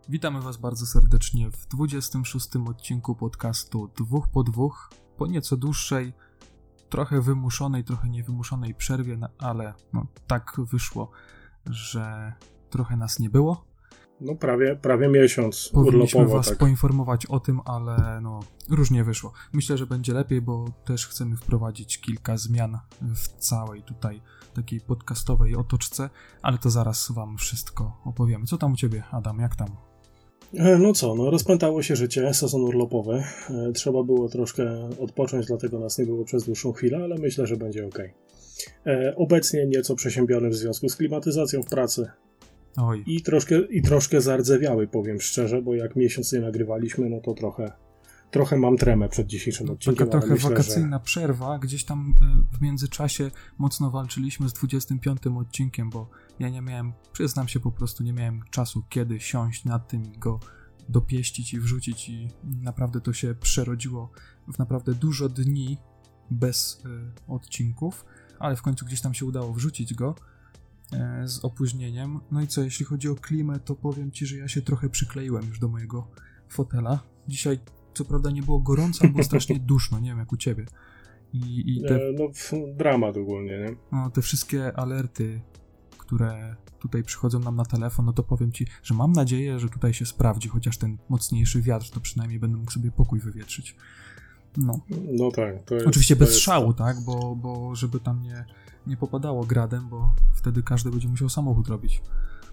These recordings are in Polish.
Witamy Was bardzo serdecznie w 26. odcinku podcastu Dwóch po dwóch, po nieco dłuższej, trochę wymuszonej, trochę niewymuszonej przerwie, ale tak wyszło, że trochę nas nie było. No prawie miesiąc Powinniśmy urlopowo. Was tak poinformować o tym, ale różnie wyszło. Myślę, że będzie lepiej, bo też chcemy wprowadzić kilka zmian w całej tutaj takiej podcastowej otoczce, ale to zaraz Wam wszystko opowiemy. Co tam u Ciebie, Adam, jak tam? Rozpętało się życie, sezon urlopowy. Trzeba było troszkę odpocząć, dlatego nas nie było przez dłuższą chwilę, ale myślę, że będzie ok. Obecnie nieco przesiębiony w związku z klimatyzacją w pracy. Oj. I troszkę zardzewiały, powiem szczerze, bo jak miesiąc nie nagrywaliśmy, no to trochę mam tremę przed dzisiejszym odcinkiem. Taka trochę myślę, wakacyjna przerwa, gdzieś tam w międzyczasie mocno walczyliśmy z 25. odcinkiem, bo ja nie miałem, przyznam się, po prostu nie miałem czasu, kiedy siąść nad tym i go dopieścić i wrzucić, i naprawdę to się przerodziło w naprawdę dużo dni bez odcinków, ale w końcu gdzieś tam się udało wrzucić go z opóźnieniem. No i co, jeśli chodzi o klimę, to powiem Ci, że ja się trochę przykleiłem już do mojego fotela. Dzisiaj co prawda nie było gorąco, było strasznie duszno, nie wiem jak u Ciebie. Dramat ogólnie, nie? Te wszystkie alerty, które tutaj przychodzą nam na telefon, no to powiem Ci, że mam nadzieję, że tutaj się sprawdzi, chociaż ten mocniejszy wiatr, to przynajmniej będę mógł sobie pokój wywietrzyć. No tak. To jest, oczywiście to bez jest szału, tak? Bo żeby tam nie popadało gradem, bo wtedy każdy będzie musiał samochód robić.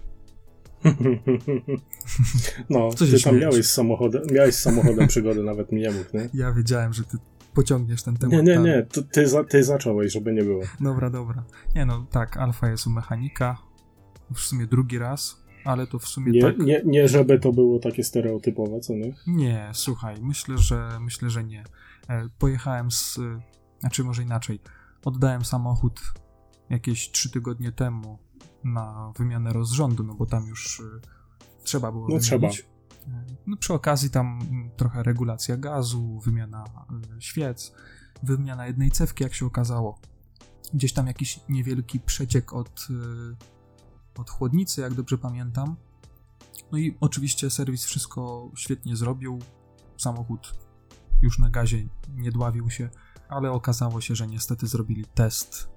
No, Co ty tam miałeś z samochodem przygodę, nawet mi nie mów, nie? Ja wiedziałem, że ty pociągniesz ten temat. Nie, to ty zacząłeś, żeby nie było. Dobra. Tak, Alfa jest u mechanika, w sumie drugi raz, ale to w sumie tak... Nie, żeby to było takie stereotypowe, co nie? Nie, słuchaj, myślę, że nie. Pojechałem może inaczej, oddałem samochód jakieś 3 tygodnie temu na wymianę rozrządu, bo tam już trzeba było wymienić. Trzeba. Przy okazji tam trochę regulacja gazu, wymiana świec, wymiana jednej cewki, jak się okazało. Gdzieś tam jakiś niewielki przeciek od chłodnicy, jak dobrze pamiętam. No i oczywiście serwis wszystko świetnie zrobił. Samochód już na gazie nie dławił się, ale okazało się, że niestety zrobili test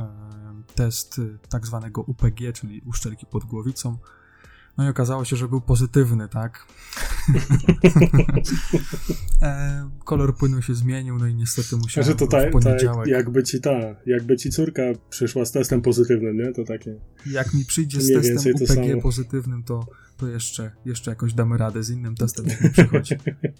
tak zwanego UPG, czyli uszczelki pod głowicą. No i okazało się, że był pozytywny, tak? Kolor płynu się zmienił, no i niestety musiałem w poniedziałek... jakby ci córka przyszła z testem pozytywnym, nie? To takie... Jak mi przyjdzie z testem UPG pozytywnym, to jeszcze jakoś damy radę, z innym testem nie przychodzi.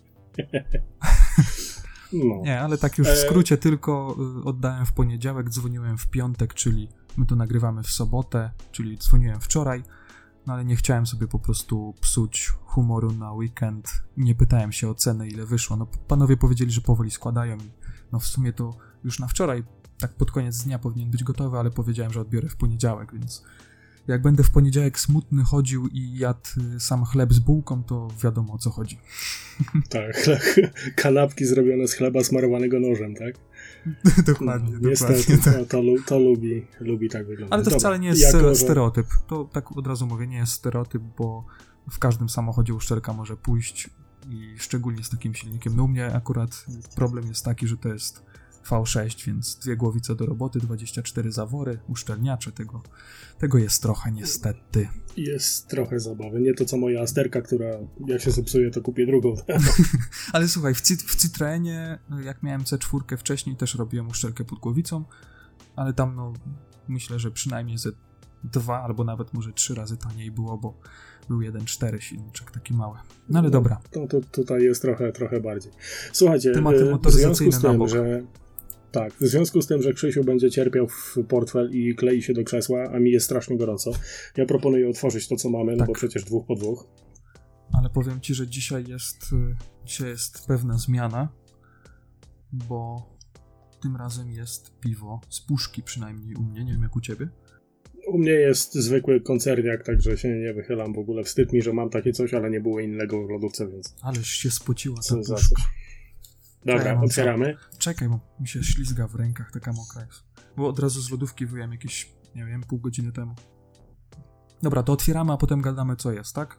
No. Nie, ale tak już w skrócie tylko oddałem w poniedziałek, dzwoniłem w piątek, czyli my to nagrywamy w sobotę, czyli dzwoniłem wczoraj, no ale nie chciałem sobie po prostu psuć humoru na weekend, nie pytałem się o cenę, ile wyszło. No panowie powiedzieli, że powoli składają i w sumie to już na wczoraj, tak pod koniec dnia powinien być gotowy, ale powiedziałem, że odbiorę w poniedziałek, więc jak będę w poniedziałek smutny chodził i jadł sam chleb z bułką, to wiadomo o co chodzi. Tak, kanapki zrobione z chleba smarowanego nożem, tak? Dokładnie. Niestety, to lubi tak wyglądać. Ale to wcale nie jest stereotyp. To tak od razu mówię, nie jest stereotyp, bo w każdym samochodzie uszczelka może pójść i szczególnie z takim silnikiem. No u mnie akurat problem jest taki, że to jest V6, więc 2 głowice do roboty, 24 zawory, uszczelniacze, tego jest trochę niestety. Jest trochę zabawy, nie to co moja Asterka, która jak się zepsuje, to kupię drugą. Ale słuchaj, w Citroenie, jak miałem C4 wcześniej, też robiłem uszczelkę pod głowicą, ale tam myślę, że przynajmniej ze 2 albo nawet może 3 razy taniej było, bo był 1.4 silniczek, taki mały. No ale dobra. To tutaj jest trochę bardziej. Słuchajcie, tematy motoryzacyjne na bok. W związku z tym, że Krzysiu będzie cierpiał w portfel i klei się do krzesła, a mi jest strasznie gorąco, ja proponuję otworzyć to, co mamy, bo przecież 2 po 2. Ale powiem Ci, że dzisiaj jest pewna zmiana, bo tym razem jest piwo z puszki, przynajmniej u mnie, nie wiem jak u Ciebie. U mnie jest zwykły koncerniak, także się nie wychylam w ogóle. Wstyd mi, że mam takie coś, ale nie było innego w lodówce, więc... Ależ się spociła ta puszka. Dobra, otwieramy. Czekaj, bo mi się ślizga w rękach, taka mokra jest. Bo od razu z lodówki wyjąłem jakieś, nie wiem, pół godziny temu. Dobra, to otwieramy, a potem gadamy co jest, tak?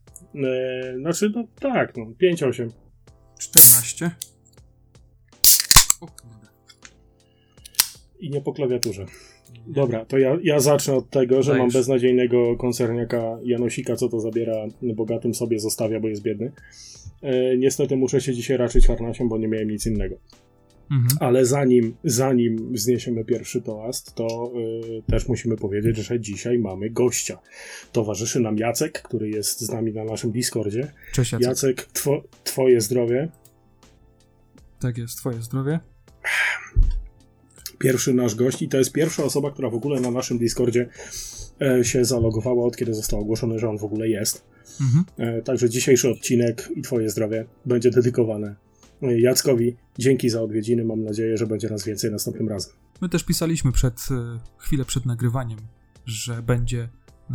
Znaczy, no tak, 5-8. 14. O kurde. I nie po klawiaturze. Dobra, to ja zacznę od tego, że mam beznadziejnego koncerniaka Janosika, co to zabiera, bogatym sobie zostawia, bo jest biedny. Niestety muszę się dzisiaj raczyć harnasią, bo nie miałem nic innego. Ale zanim wzniesiemy pierwszy toast, to też musimy powiedzieć, że dzisiaj mamy gościa. Towarzyszy nam Jacek, który jest z nami na naszym Discordzie. Cześć Jacek. Jacek, twoje zdrowie. Tak jest, twoje zdrowie. Pierwszy nasz gość i to jest pierwsza osoba, która w ogóle na naszym Discordzie się zalogowała, od kiedy zostało ogłoszone, że on w ogóle jest. Także dzisiejszy odcinek i twoje zdrowie będzie dedykowany Jackowi. Dzięki za odwiedziny, mam nadzieję, że będzie nas więcej następnym razem. My też pisaliśmy chwilę przed nagrywaniem, że będzie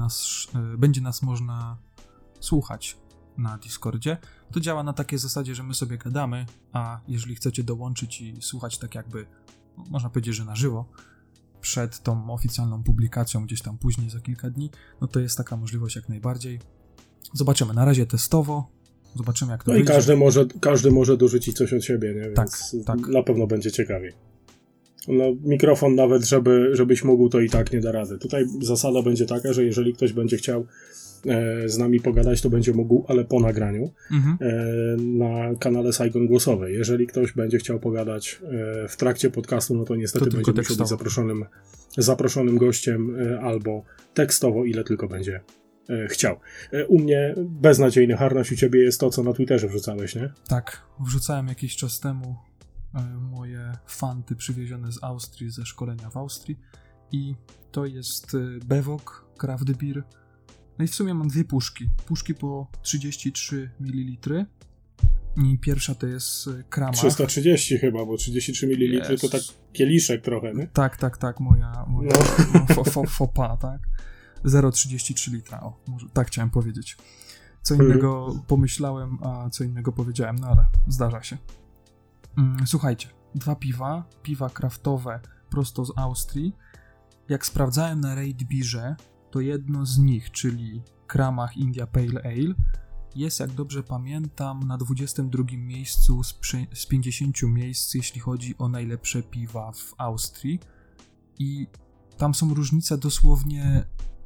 nas można słuchać na Discordzie. To działa na takiej zasadzie, że my sobie gadamy, a jeżeli chcecie dołączyć i słuchać tak jakby, można powiedzieć, że na żywo, przed tą oficjalną publikacją gdzieś tam później za kilka dni, no to jest taka możliwość jak najbardziej. Zobaczymy, na razie testowo, zobaczymy jak to wyjdzie. I każdy może dorzucić coś od siebie, nie? Więc tak. Na pewno będzie ciekawiej. No, mikrofon nawet, żebyś mógł, to i tak nie da rady. Tutaj zasada będzie taka, że jeżeli ktoś będzie chciał z nami pogadać, to będzie mógł, ale po nagraniu na kanale Saigon głosowej. Jeżeli ktoś będzie chciał pogadać w trakcie podcastu, no to niestety będzie musiał być zaproszonym gościem albo tekstowo, ile tylko będzie chciał. U mnie beznadziejny harnaś, u ciebie jest to, co na Twitterze wrzucałeś, nie? Tak, wrzucałem jakiś czas temu moje fanty przywiezione z Austrii, ze szkolenia w Austrii i to jest Bewok Craft Beer. No i w sumie mam dwie puszki. Puszki po 33 ml i pierwsza to jest Kramach. 330 chyba, bo 33 ml to tak kieliszek trochę, nie? Tak, moja faux pas, tak? 0,33 litra, o, może tak chciałem powiedzieć. Co innego pomyślałem, a co innego powiedziałem, no ale zdarza się. Słuchajcie, dwa piwa kraftowe prosto z Austrii. Jak sprawdzałem na Rate Beerze, to jedno z nich, czyli Kramach India Pale Ale, jest, jak dobrze pamiętam, na 22 miejscu z 50 miejsc, jeśli chodzi o najlepsze piwa w Austrii. I tam są różnice dosłownie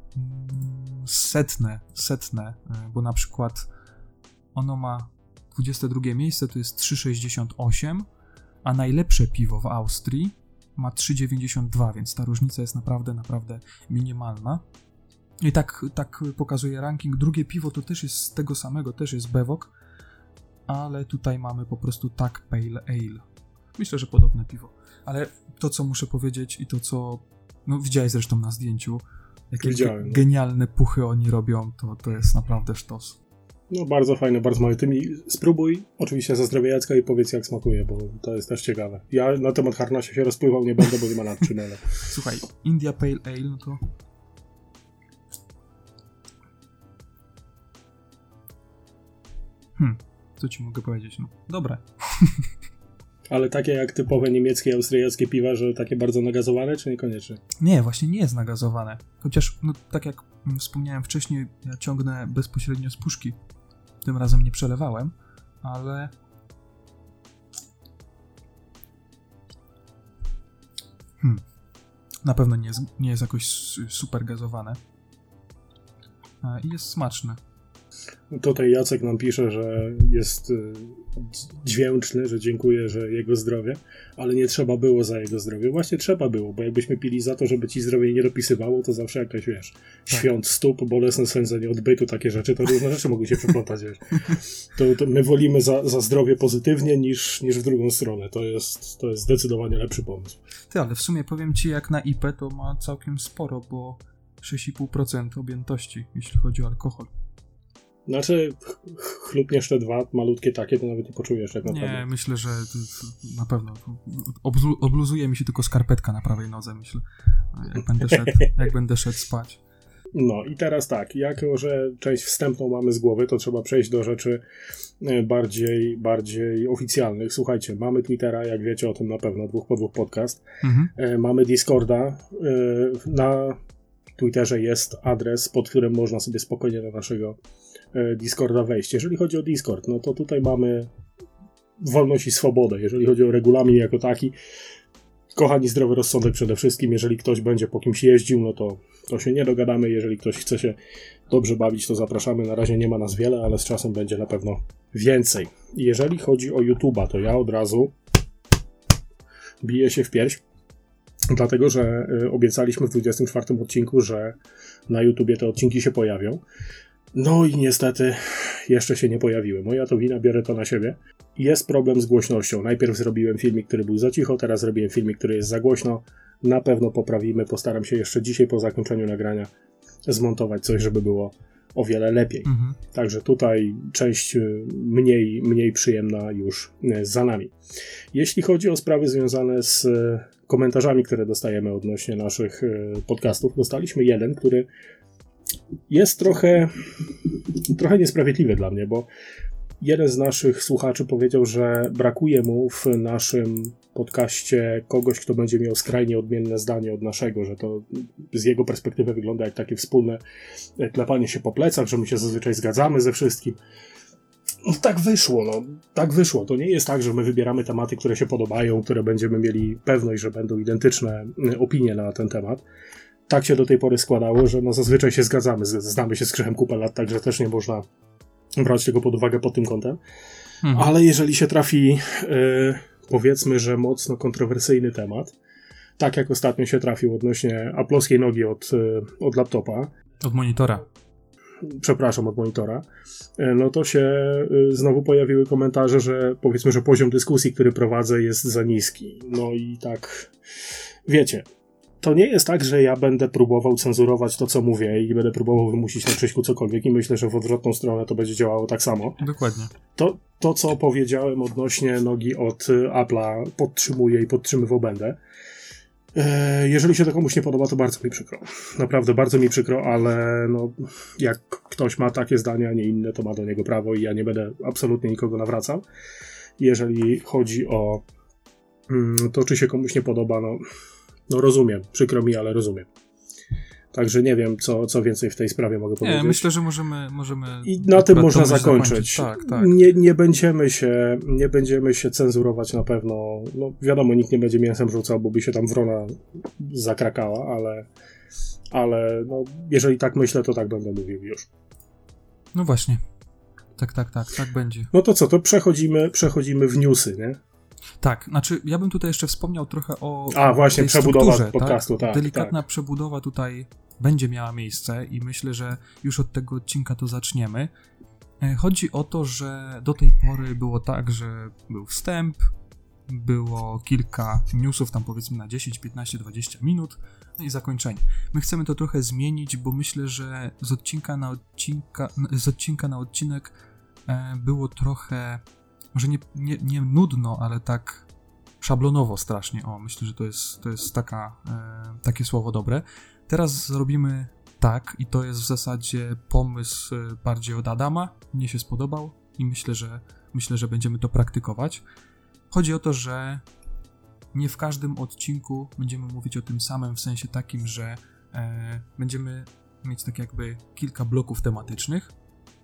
setne, bo na przykład ono ma 22 miejsce, to jest 3,68, a najlepsze piwo w Austrii ma 3,92, więc ta różnica jest naprawdę minimalna. I tak pokazuje ranking. Drugie piwo to też jest z tego samego, też jest Bewok, ale tutaj mamy po prostu tak Pale Ale. Myślę, że podobne piwo. Ale to, co muszę powiedzieć i to, co widziałeś zresztą na zdjęciu, jakie genialne puchy oni robią, to jest naprawdę sztos. No bardzo fajne, bardzo małe. Ty mi spróbuj, oczywiście za zdrowie Jacka, i powiedz, jak smakuje, bo to jest też ciekawe. Ja na temat harnasia się rozpływał nie będę, bo nie ma nad czym, ale... Słuchaj, India Pale Ale, no to... Co ci mogę powiedzieć, no. Dobre. Ale takie jak typowe niemieckie i austriackie piwa, że takie bardzo nagazowane, czy niekoniecznie? Nie, właśnie nie jest nagazowane. Chociaż, tak jak wspomniałem wcześniej, ja ciągnę bezpośrednio z puszki. Tym razem nie przelewałem, ale... Na pewno nie jest jakoś super gazowane. I jest smaczne. Tutaj Jacek nam pisze, że jest dźwięczny, że dziękuję, że jego zdrowie, ale nie trzeba było za jego zdrowie. Właśnie trzeba było, bo jakbyśmy pili za to, żeby ci zdrowie nie dopisywało, to zawsze jakaś, świąt stóp, bolesne swędzenie odbytu, takie rzeczy, to różne rzeczy mogły się przeplątać, To my wolimy za zdrowie pozytywnie niż w drugą stronę. To jest zdecydowanie lepszy pomysł. Ale w sumie powiem ci, jak na IP to ma całkiem sporo, bo 6,5% objętości, jeśli chodzi o alkohol. Znaczy, chlupniesz te dwa malutkie takie, to nawet nie poczujesz tak naprawdę. Nie, myślę, że na pewno obluzuje mi się tylko skarpetka na prawej nodze, myślę, jak będę szedł spać. No i teraz tak, jako że część wstępną mamy z głowy, to trzeba przejść do rzeczy bardziej oficjalnych. Słuchajcie, mamy Twittera, jak wiecie o tym na pewno, 2po2 podcast. Mamy Discorda. Na Twitterze jest adres, pod którym można sobie spokojnie na naszego Discorda wejść. Jeżeli chodzi o Discord, no to tutaj mamy wolność i swobodę. Jeżeli chodzi o regulamin jako taki, kochani, zdrowy rozsądek przede wszystkim. Jeżeli ktoś będzie po kimś jeździł, no to się nie dogadamy. Jeżeli ktoś chce się dobrze bawić, to zapraszamy. Na razie nie ma nas wiele, ale z czasem będzie na pewno więcej. Jeżeli chodzi o YouTube'a, to ja od razu biję się w pierś, dlatego że obiecaliśmy w 24 odcinku, że na YouTubie te odcinki się pojawią. No i niestety jeszcze się nie pojawiły. Moja to wina, biorę to na siebie. Jest problem z głośnością. Najpierw zrobiłem filmik, który był za cicho, teraz zrobiłem filmik, który jest za głośno. Na pewno poprawimy. Postaram się jeszcze dzisiaj po zakończeniu nagrania zmontować coś, żeby było o wiele lepiej. Także tutaj część mniej przyjemna już za nami. Jeśli chodzi o sprawy związane z komentarzami, które dostajemy odnośnie naszych podcastów, dostaliśmy jeden, który jest trochę niesprawiedliwy dla mnie, bo jeden z naszych słuchaczy powiedział, że brakuje mu w naszym podcaście kogoś, kto będzie miał skrajnie odmienne zdanie od naszego, że to z jego perspektywy wygląda jak takie wspólne klepanie się po plecach, że my się zazwyczaj zgadzamy ze wszystkim. No tak wyszło. To nie jest tak, że my wybieramy tematy, które się podobają, które będziemy mieli pewność, że będą identyczne opinie na ten temat. Tak się do tej pory składało, że no zazwyczaj się zgadzamy, znamy się z Krzechem kupę lat, także też nie można brać tego pod uwagę pod tym kątem. Ale jeżeli się trafi, powiedzmy, że mocno kontrowersyjny temat, tak jak ostatnio się trafił odnośnie aplowskiej nogi od laptopa. Od monitora. Przepraszam, od monitora. No to się znowu pojawiły komentarze, że powiedzmy, że poziom dyskusji, który prowadzę, jest za niski. No i tak, wiecie, to nie jest tak, że ja będę próbował cenzurować to, co mówię i będę próbował wymusić na Krzyśku cokolwiek i myślę, że w odwrotną stronę to będzie działało tak samo. Dokładnie. To co powiedziałem odnośnie nogi od Apple'a, podtrzymuję i podtrzymywał będę. Jeżeli się to komuś nie podoba, to bardzo mi przykro. Naprawdę bardzo mi przykro, ale no, jak ktoś ma takie zdania, a nie inne, to ma do niego prawo i ja nie będę absolutnie nikogo nawracał. Jeżeli chodzi o to, czy się komuś nie podoba, no rozumiem. Przykro mi, ale rozumiem. Także nie wiem, co więcej w tej sprawie mogę powiedzieć. Nie, myślę, że możemy i na tym można zakończyć. Tak. Nie będziemy się cenzurować na pewno. No wiadomo, nikt nie będzie mięsem rzucał, bo by się tam wrona zakrakała, ale no, jeżeli tak myślę, to tak będę mówił już. No właśnie. Tak będzie. No to co, to przechodzimy w newsy, nie? Tak, znaczy ja bym tutaj jeszcze wspomniał trochę o właśnie, przebudowa podcastu, tak. Delikatna przebudowa tutaj będzie miała miejsce i myślę, że już od tego odcinka to zaczniemy. Chodzi o to, że do tej pory było tak, że był wstęp, było kilka newsów, tam powiedzmy na 10, 15, 20 minut, no i zakończenie. My chcemy to trochę zmienić, bo myślę, że z odcinka na odcinek było trochę, może nie nudno, ale tak szablonowo strasznie. Myślę, że to jest takie słowo dobre. Teraz zrobimy tak i to jest w zasadzie pomysł bardziej od Adama. Mnie się spodobał i myślę, że będziemy to praktykować. Chodzi o to, że nie w każdym odcinku będziemy mówić o tym samym, w sensie takim, że będziemy mieć tak jakby kilka bloków tematycznych.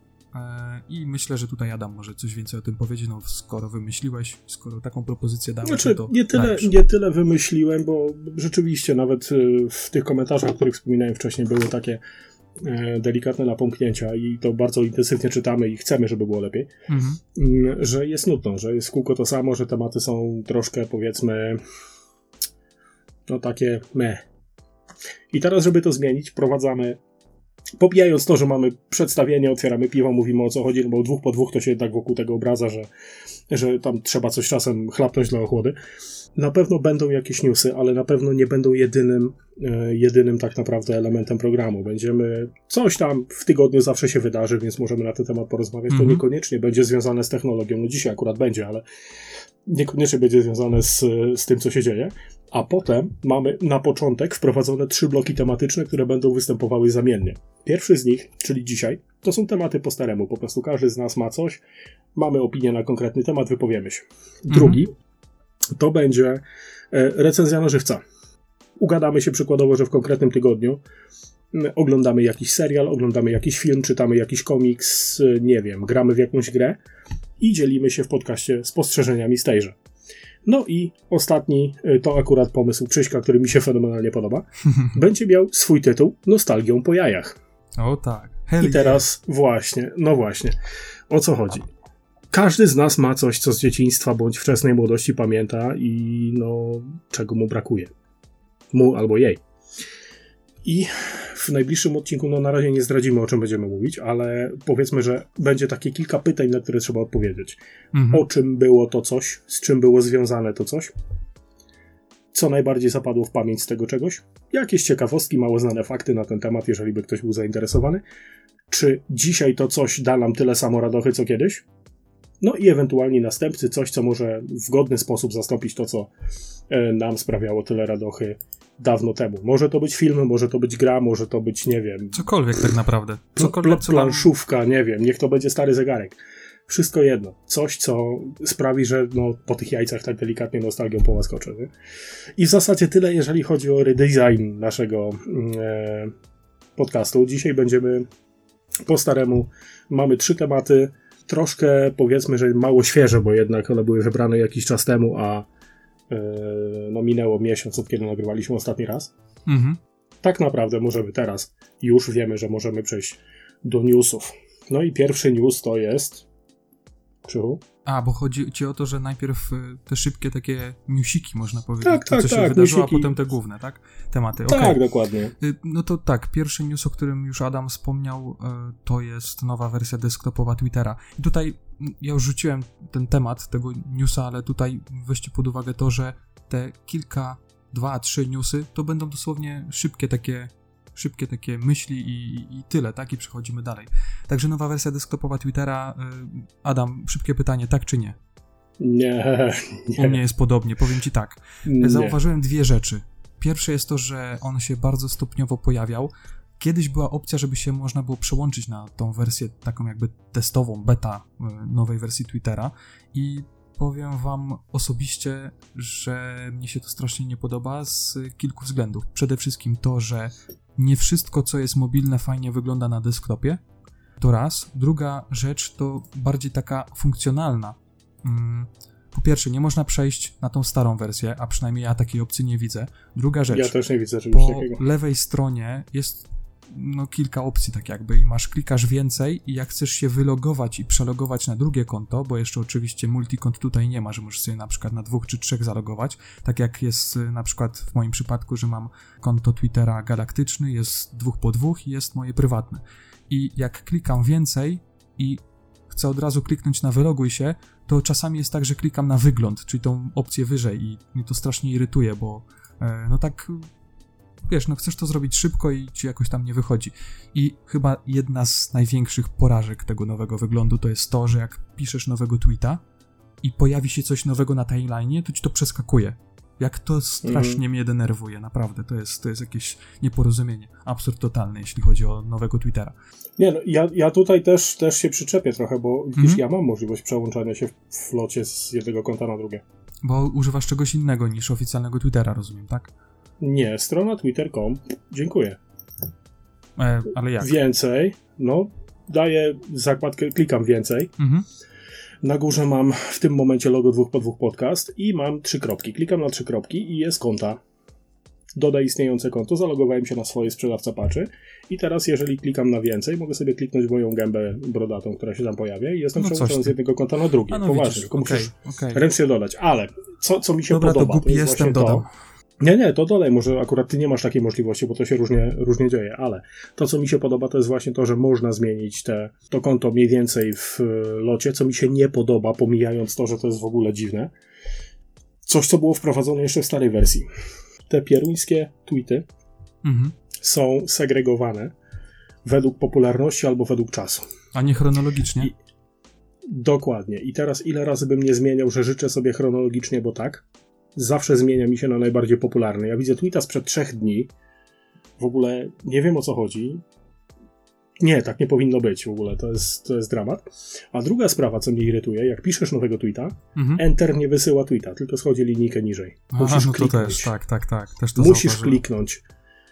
I myślę, że tutaj Adam może coś więcej o tym powiedzieć, no skoro wymyśliłeś, skoro taką propozycję dałeś, znaczy, to nie tyle wymyśliłem, bo rzeczywiście nawet w tych komentarzach, o których wspominałem wcześniej, były takie delikatne napomknięcia i to bardzo intensywnie czytamy i chcemy, żeby było lepiej, że jest nudno, że jest w kółko to samo, że tematy są troszkę, powiedzmy, no takie meh. I teraz, żeby to zmienić, wprowadzamy, pomijając to, że mamy przedstawienie, otwieramy piwo, mówimy o co chodzi, no bo dwóch po dwóch to się jednak wokół tego obraza, że tam trzeba coś czasem chlapnąć dla ochłody. Na pewno będą jakieś newsy, ale na pewno nie będą jedynym tak naprawdę elementem programu. Coś tam w tygodniu zawsze się wydarzy, więc możemy na ten temat porozmawiać. To niekoniecznie będzie związane z technologią, no dzisiaj akurat będzie, ale niekoniecznie będzie związane z tym, co się dzieje. A potem mamy na początek wprowadzone 3 bloki tematyczne, które będą występowały zamiennie. Pierwszy z nich, czyli dzisiaj, to są tematy po staremu. Po prostu każdy z nas ma coś, mamy opinię na konkretny temat, wypowiemy się. Drugi to będzie recenzja na żywca. Ugadamy się przykładowo, że w konkretnym tygodniu oglądamy jakiś serial, oglądamy jakiś film, czytamy jakiś komiks, nie wiem, gramy w jakąś grę i dzielimy się w podcaście spostrzeżeniami z tejże. No i ostatni, to akurat pomysł Krzyśka, który mi się fenomenalnie podoba, będzie miał swój tytuł Nostalgią po jajach. O tak. I teraz właśnie, o co chodzi? Każdy z nas ma coś, co z dzieciństwa bądź wczesnej młodości pamięta i czego mu brakuje. Mu albo jej. I w najbliższym odcinku, na razie nie zdradzimy, o czym będziemy mówić, ale powiedzmy, że będzie takie kilka pytań, na które trzeba odpowiedzieć. O czym było to coś, z czym było związane to coś, co najbardziej zapadło w pamięć z tego czegoś, jakieś ciekawostki, mało znane fakty na ten temat, jeżeli by ktoś był zainteresowany, czy dzisiaj to coś da nam tyle samo radochy, co kiedyś, no i ewentualnie następcy, coś, co może w godny sposób zastąpić to, co nam sprawiało tyle radochy dawno temu. Może to być film, może to być gra, może to być, nie wiem... Cokolwiek tak naprawdę. Cokolwiek, planszówka, nie wiem, niech to będzie stary zegarek. Wszystko jedno. Coś, co sprawi, że po tych jajcach tak delikatnie nostalgią połaskoczę. Nie? I w zasadzie tyle, jeżeli chodzi o redesign naszego podcastu. Dzisiaj będziemy po staremu. Mamy 3 tematy. Troszkę powiedzmy, że mało świeże, bo jednak one były wybrane jakiś czas temu, a minęło miesiąc, od kiedy nagrywaliśmy ostatni raz. Tak naprawdę możemy teraz, już wiemy, że możemy przejść do newsów. No i pierwszy news to jest... Krzychu? Bo chodzi ci o to, że najpierw te szybkie takie newsiki, można powiedzieć, co się wydarzyło, newsiki. A potem te główne, tak? Tematy. Tak, okay. Dokładnie. No to tak, pierwszy news, o którym już Adam wspomniał, to jest nowa wersja desktopowa Twittera. I tutaj ja już rzuciłem ten temat tego newsa, ale tutaj weźcie pod uwagę to, że te 2-3 newsy to będą dosłownie szybkie takie myśli i tyle, tak? I przechodzimy dalej. Także nowa wersja desktopowa Twittera. Adam, szybkie pytanie, tak czy nie? Nie. U mnie jest podobnie, powiem ci tak. Nie. Zauważyłem 2 rzeczy. Pierwsze jest to, że on się bardzo stopniowo pojawiał. Kiedyś była opcja, żeby się można było przełączyć na tą wersję taką jakby testową, beta nowej wersji Twittera i powiem wam osobiście, że mnie się to strasznie nie podoba z kilku względów. Przede wszystkim to, że nie wszystko, co jest mobilne, fajnie wygląda na desktopie. To raz. Druga rzecz to bardziej taka funkcjonalna. Po pierwsze, nie można przejść na tą starą wersję, a przynajmniej ja takiej opcji nie widzę. Druga rzecz. Ja też nie widzę czegoś takiego. Po lewej stronie jest kilka opcji tak jakby i klikasz więcej i jak chcesz się wylogować i przelogować na drugie konto, bo jeszcze oczywiście multikont tutaj nie ma, że możesz sobie na przykład na 2 czy 3 zalogować, tak jak jest na przykład w moim przypadku, że mam konto Twittera galaktyczny, jest 2 po 2 i jest moje prywatne. I jak klikam więcej i chcę od razu kliknąć na wyloguj się, to czasami jest tak, że klikam na wygląd, czyli tą opcję wyżej i mnie to strasznie irytuje, bo wiesz, chcesz to zrobić szybko i ci jakoś tam nie wychodzi. I chyba jedna z największych porażek tego nowego wyglądu to jest to, że jak piszesz nowego tweeta i pojawi się coś nowego na timeline'ie, to ci to przeskakuje. Jak to strasznie mnie denerwuje, naprawdę. To jest jakieś nieporozumienie. Absurd totalny, jeśli chodzi o nowego Twittera. Nie, ja tutaj też się przyczepię trochę, bo widzisz, ja mam możliwość przełączania się w flocie z jednego konta na drugie. Bo używasz czegoś innego niż oficjalnego Twittera, rozumiem, tak? Nie, strona twitter.com, dziękuję. Ale jak? Więcej, daję zakładkę, klikam więcej. Na górze mam w tym momencie logo 2 po 2 podcast i mam 3 kropki. Klikam na 3 kropki i jest konta. Dodaj istniejące konto, zalogowałem się na swoje sprzedawca paczy i teraz jeżeli klikam na więcej, mogę sobie kliknąć w moją gębę brodatą, która się tam pojawia i jestem przełączony z jednego konta na drugie. Poważnie, tylko musisz ręcznie dodać. Ale co mi się podoba, to głupi jestem, dodam. Nie, to dodaj, może akurat ty nie masz takiej możliwości, bo to się różnie dzieje, ale to, co mi się podoba, to jest właśnie to, że można zmienić to konto mniej więcej w locie, co mi się nie podoba, pomijając to, że to jest w ogóle dziwne. Coś, co było wprowadzone jeszcze w starej wersji. Te pieruńskie tweety są segregowane według popularności albo według czasu. A nie chronologicznie? Dokładnie. I teraz ile razy bym nie zmieniał, że życzę sobie chronologicznie, bo tak, zawsze zmienia mi się na najbardziej popularny. Ja widzę tweeta sprzed 3 dni. W ogóle nie wiem, o co chodzi. Nie, tak nie powinno być w ogóle. To jest dramat. A druga sprawa, co mnie irytuje, jak piszesz nowego tweeta, Enter nie wysyła tweeta, tylko schodzi linijkę niżej. Musisz kliknąć. To też, tak. Też to musisz kliknąć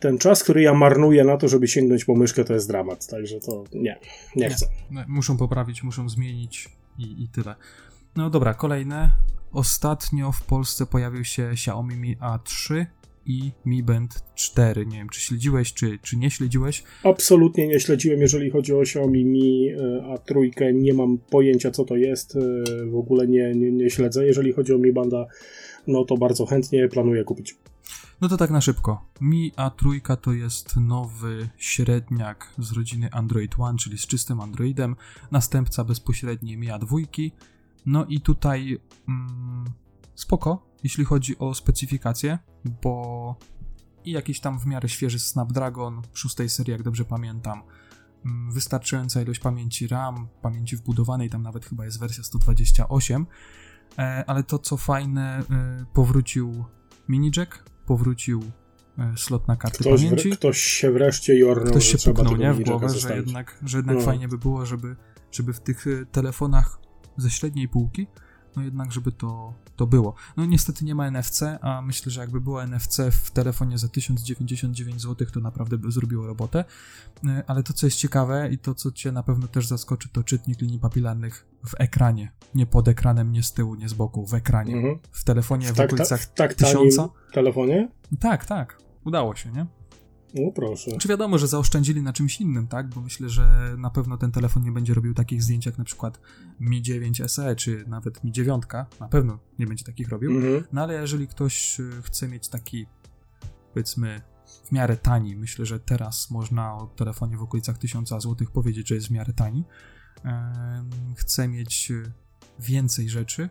ten czas, który ja marnuję na to, żeby sięgnąć po myszkę, to jest dramat, także to nie chcę. Muszą poprawić, muszą zmienić i tyle. No dobra, kolejne. Ostatnio w Polsce pojawił się Xiaomi Mi A3 i Mi Band 4. Nie wiem, czy śledziłeś, czy nie śledziłeś? Absolutnie nie śledziłem, jeżeli chodzi o Xiaomi Mi A3. Nie mam pojęcia, co to jest. W ogóle nie śledzę. Jeżeli chodzi o Mi Banda, no to bardzo chętnie planuję kupić. No to tak na szybko. Mi A3 to jest nowy średniak z rodziny Android One, czyli z czystym Androidem. Następca bezpośredni Mi A2. No i tutaj spoko, jeśli chodzi o specyfikację, bo i jakiś tam w miarę świeży Snapdragon 6 serii, jak dobrze pamiętam, wystarczająca ilość pamięci RAM, pamięci wbudowanej, tam nawet chyba jest wersja 128, ale to co fajne, powrócił mini jack, powrócił slot na karty pamięci. Ktoś się wreszcie jornął, ktoś się puknął, nie, w głowę, że jednak no. Fajnie by było, żeby w tych telefonach ze średniej półki, no jednak żeby to było. No niestety nie ma NFC, a myślę, że jakby było NFC w telefonie za 1099 zł, to naprawdę by zrobiło robotę. Ale to, co jest ciekawe i to, co cię na pewno też zaskoczy, to czytnik linii papilarnych w ekranie. Nie pod ekranem, nie z tyłu, nie z boku, w ekranie. Mhm. W telefonie w okolicach 1000. W telefonie? Tak. Udało się, nie? No proszę. Czy wiadomo, że zaoszczędzili na czymś innym, tak? Bo myślę, że na pewno ten telefon nie będzie robił takich zdjęć jak na przykład Mi 9 SE, czy nawet Mi 9. Na pewno nie będzie takich robił. Mhm. No ale jeżeli ktoś chce mieć taki, powiedzmy, w miarę tani, myślę, że teraz można o telefonie w okolicach 1000 zł powiedzieć, że jest w miarę tani, chce mieć więcej rzeczy,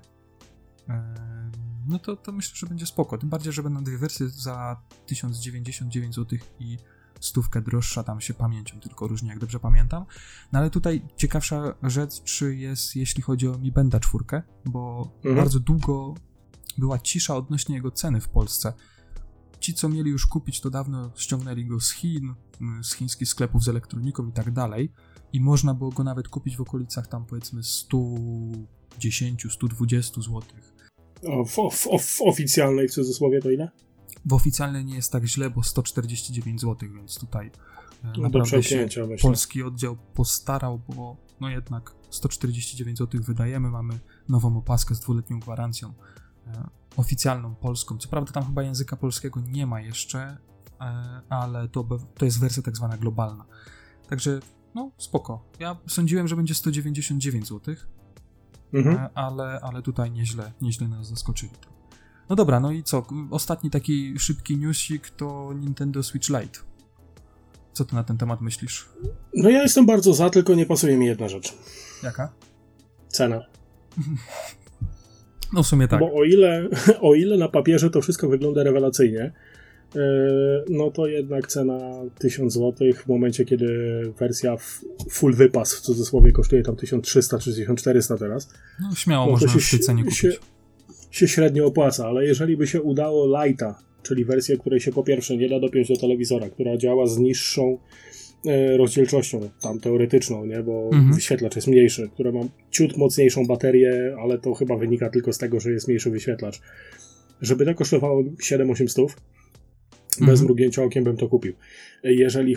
no to myślę, że będzie spoko. Tym bardziej, że będą dwie wersje za 1099 zł i 100 droższa tam się pamięcią, tylko różnie, jak dobrze pamiętam. No ale tutaj ciekawsza rzecz jest, jeśli chodzi o Mi Banda 4, bo bardzo długo była cisza odnośnie jego ceny w Polsce. Ci, co mieli już kupić, to dawno ściągnęli go z Chin, z chińskich sklepów z elektroniką i tak dalej. I można było go nawet kupić w okolicach tam powiedzmy 110-120 zł. W oficjalnej w cudzysłowie to ile? W oficjalnej nie jest tak źle, bo 149 zł, więc tutaj naprawdę się polski oddział postarał, bo no jednak 149 zł wydajemy, mamy nową opaskę z 2-letnią gwarancją oficjalną polską. Co prawda tam chyba języka polskiego nie ma jeszcze, ale to jest wersja tak zwana globalna. Także no spoko. Ja sądziłem, że będzie 199 zł, ale tutaj nieźle nas zaskoczyli. No dobra, no i co? Ostatni taki szybki newsik to Nintendo Switch Lite. Co ty na ten temat myślisz? No ja jestem bardzo za, tylko nie pasuje mi jedna rzecz. Jaka? Cena. No w sumie tak. Bo o ile na papierze to wszystko wygląda rewelacyjnie, no to jednak cena 1000 zł w momencie, kiedy wersja full wypas w cudzysłowie kosztuje tam 1300 czy 1400 teraz. No śmiało można w tej cenie kupić. Się średnio opłaca, ale jeżeli by się udało Lite'a, czyli wersję, której się po pierwsze nie da dopiąć do telewizora, która działa z niższą rozdzielczością, tam teoretyczną, nie, bo wyświetlacz jest mniejszy, która ma ciut mocniejszą baterię, ale to chyba wynika tylko z tego, że jest mniejszy wyświetlacz. Żeby to kosztowało 7-800, bez mrugnięcia okiem bym to kupił. Jeżeli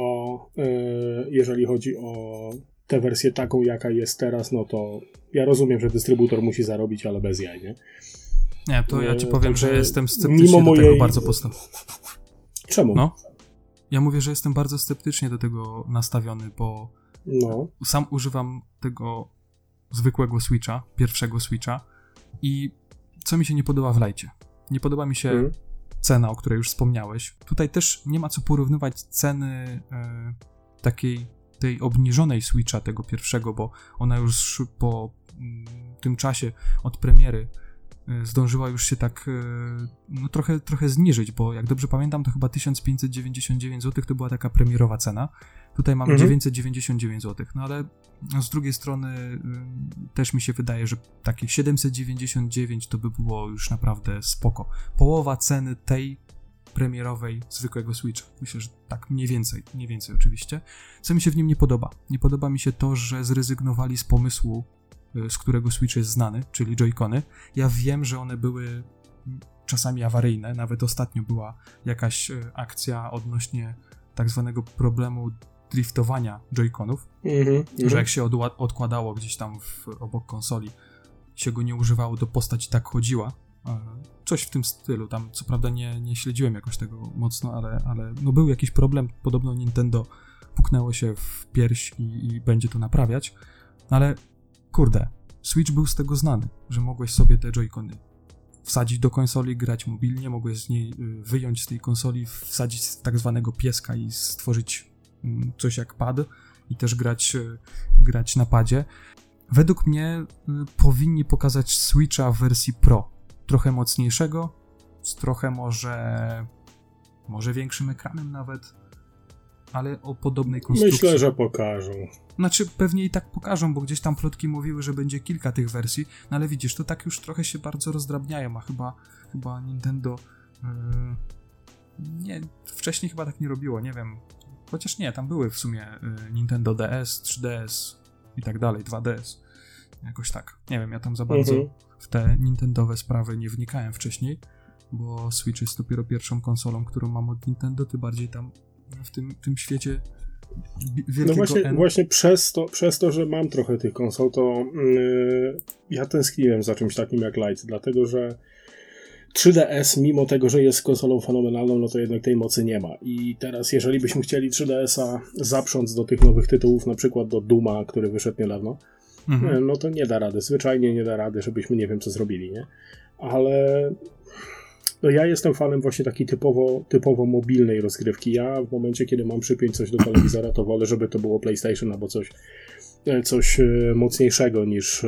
chodzi o tę wersję taką, jaka jest teraz, no to ja rozumiem, że dystrybutor musi zarobić, ale bez jaj, nie? Nie, to ja ci powiem, że jestem sceptycznie do tego bardzo postawiony. Czemu? No. Ja mówię, że jestem bardzo sceptycznie do tego nastawiony, bo sam używam tego zwykłego Switcha, pierwszego Switcha i co mi się nie podoba w Lite'cie? Nie podoba mi się cena, o której już wspomniałeś. Tutaj też nie ma co porównywać ceny tej obniżonej Switcha, tego pierwszego, bo ona już po tym czasie od premiery zdążyła już się tak no trochę zniżyć, bo jak dobrze pamiętam, to chyba 1599 zł to była taka premierowa cena. Tutaj mamy 999 zł, no ale z drugiej strony też mi się wydaje, że takie 799 to by było już naprawdę spoko. Połowa ceny tej premierowej zwykłego Switcha. Myślę, że tak mniej więcej oczywiście. Co mi się w nim nie podoba? Nie podoba mi się to, że zrezygnowali z pomysłu, z którego Switch jest znany, czyli Joy-Cony. Ja wiem, że one były czasami awaryjne. Nawet ostatnio była jakaś akcja odnośnie tak zwanego problemu driftowania Joy-Conów, że jak się odkładało gdzieś tam obok konsoli, się go nie używało, to postać tak chodziła. Coś w tym stylu. Tam co prawda nie śledziłem jakoś tego mocno, ale no był jakiś problem. Podobno Nintendo puknęło się w pierś i będzie to naprawiać. No ale kurde, Switch był z tego znany, że mogłeś sobie te Joy-Cony wsadzić do konsoli, grać mobilnie, mogłeś z niej wyjąć z tej konsoli, wsadzić tak zwanego pieska i stworzyć coś jak pad i też grać na padzie. Według mnie powinni pokazać Switcha w wersji Pro. Trochę mocniejszego, z trochę może większym ekranem nawet, ale o podobnej konstrukcji. Myślę, że pokażą. Znaczy pewnie i tak pokażą, bo gdzieś tam plotki mówiły, że będzie kilka tych wersji, no ale widzisz, to tak już trochę się bardzo rozdrabniają, a chyba Nintendo nie, wcześniej chyba tak nie robiło, nie wiem, chociaż nie, tam były w sumie Nintendo DS, 3DS i tak dalej, 2DS, jakoś tak, nie wiem, ja tam za bardzo w te Nintendowe sprawy nie wnikałem wcześniej, bo Switch jest dopiero pierwszą konsolą, którą mam od Nintendo, tym bardziej tam w tym świecie wielkiego No właśnie przez to, że mam trochę tych konsol, to ja tęskniłem za czymś takim jak Lite, dlatego że 3DS, mimo tego, że jest konsolą fenomenalną, no to jednak tej mocy nie ma. I teraz, jeżeli byśmy chcieli 3DS-a zaprząc do tych nowych tytułów, na przykład do Dooma, który wyszedł niedawno, no to nie da rady, zwyczajnie nie da rady, żebyśmy nie wiem co zrobili, nie? Ale no ja jestem fanem właśnie takiej typowo mobilnej rozgrywki. Ja w momencie, kiedy mam przypiąć coś do telewizora, to wolę, żeby to było PlayStation albo coś mocniejszego